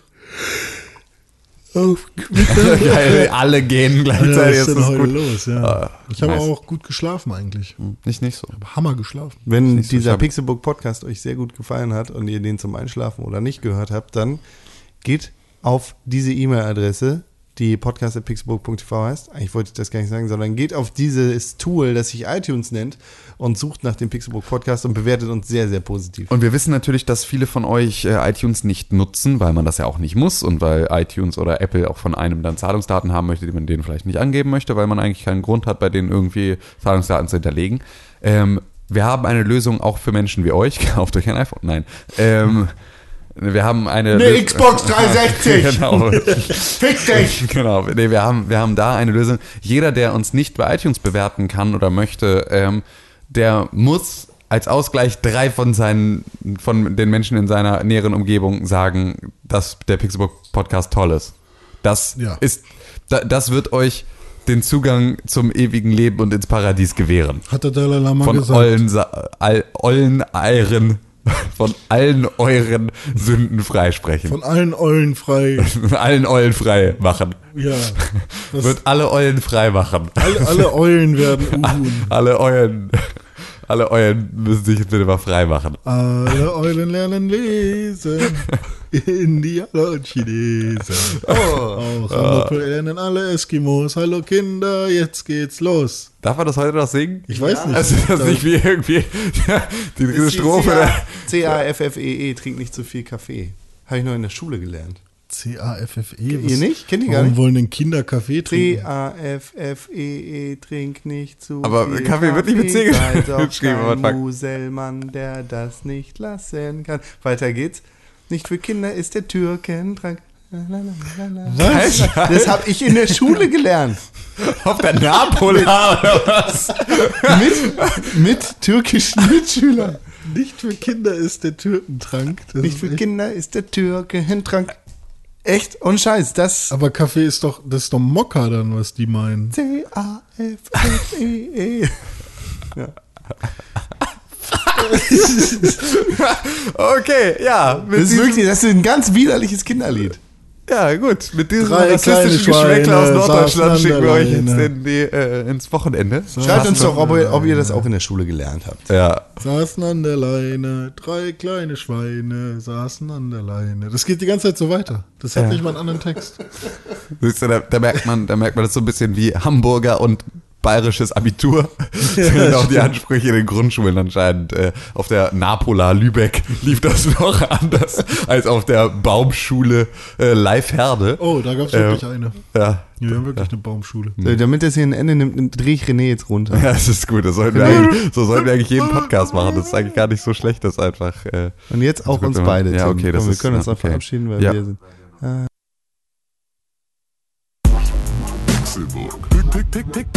Auf Geil, alle gehen Ja, gleichzeitig. was ist Jetzt denn ist heute gut. los? Ja. Ah, ich habe nice. auch gut geschlafen eigentlich. Nicht, nicht so. Hammer geschlafen. Wenn Nicht so, ich dieser hab- Pixelbook Podcast euch sehr gut gefallen hat und ihr den zum Einschlafen oder nicht gehört habt, dann geht auf diese E-Mail-Adresse, die podcast at pixelbook punkt t v heißt. Eigentlich wollte ich das gar nicht sagen, sondern geht auf dieses Tool, das sich iTunes nennt und sucht nach dem Pixelbook Podcast und bewertet uns sehr, sehr positiv. Und wir wissen natürlich, dass viele von euch äh, iTunes nicht nutzen, weil man das ja auch nicht muss und weil iTunes oder Apple auch von einem dann Zahlungsdaten haben möchte, die man denen vielleicht nicht angeben möchte, weil man eigentlich keinen Grund hat, bei denen irgendwie Zahlungsdaten zu hinterlegen. Ähm, wir haben eine Lösung auch für Menschen wie euch. Kauft euch ein iPhone. Nein. Ähm, wir haben eine... Eine Lö- Xbox dreihundertsechzig! Genau. Fick dich! Genau, nee, wir haben, wir haben da eine Lösung. Jeder, der uns nicht bei iTunes bewerten kann oder möchte, ähm, der muss als Ausgleich drei von seinen, von den Menschen in seiner näheren Umgebung sagen, dass der Pixelbook Podcast toll ist. Das Ja. ist, da, das wird euch den Zugang zum ewigen Leben und ins Paradies gewähren. Hat der Dalai Lama Von gesagt. ollen, Sa- all, ollen Eiren, von allen euren Sünden freisprechen. Von allen Eulen frei. allen Eulen frei machen. Ja. Das, Wird alle Eulen frei machen. alle, alle Eulen werden Uhun. Alle Eulen, alle Eulen müssen sich bitte mal frei machen. Alle Eulen lernen lesen. Indianer und Chinesen. Oh. Auch Hamburg lernen alle Eskimos. Hallo Kinder, jetzt geht's los. Darf man das heute noch singen? Ich weiß nicht. Also das ist nicht wie irgendwie ja, die, diese Strophe. da- C A F F E E, trink nicht zu viel Kaffee. Habe ich noch in der Schule gelernt. C A F F E. Ihr nicht? Kennt ihr gar Warum nicht? wollen denn Kinder Kaffee C trinken? A F F E E, trink nicht zu Aber viel Kaffee wird nicht mit C Sei doch geschrieben, aber kein fuck. Muselmann, der das nicht lassen kann. Weiter geht's. Nicht für Kinder ist der Türkentrank. Was? Das habe ich in der Schule gelernt. Auf der Napola oder was? Mit, mit türkischen Mitschülern. Nicht für Kinder ist der Türkentrank. Das Nicht ist für echt- Kinder ist der Türkentrank. Echt? Und Scheiß, das Aber Kaffee ist doch, das ist doch Mokka dann, was die meinen. C A F F E E. Ja. Okay, ja. Mit Das ist diesem, wirklich, das ist ein ganz widerliches Kinderlied. ja, gut. Mit diesem Drei rassistischen kleine Geschmäckler aus Schweine Norddeutschland saßen schicken wir euch jetzt alleine. in die, äh, ins Wochenende. Schreibt uns doch, ob ihr, ob ihr das auch in der Schule gelernt habt. Ja. Saßen an der Leine, drei kleine Schweine saßen an der Leine. Das geht die ganze Zeit so weiter. Das hat Ja. nicht mal einen anderen Text. Siehst du, da, da merkt man, da merkt man das so ein bisschen wie Hamburger und bayerisches Abitur. Das sind auch die Ansprüche in den Grundschulen anscheinend. Äh, auf der Napola Lübeck lief das noch anders als auf der Baumschule äh, Leifherde. Oh, da gab es Äh, wirklich eine. Ja. Ja, wir haben wirklich eine Baumschule. So, damit das hier ein Ende nimmt, drehe ich René jetzt runter. Ja, das ist gut. Das sollten wir eigentlich, so sollten wir eigentlich jeden Podcast machen. Das ist eigentlich gar nicht so schlecht, das einfach. Äh, Und jetzt auch gut, uns wenn man- beide. ja, Tim. okay, das Komm, wir ist- können uns ja, noch okay. verabschieden, weil Ja. wir sind. Pixelburg. Tick, tick, tick, tick,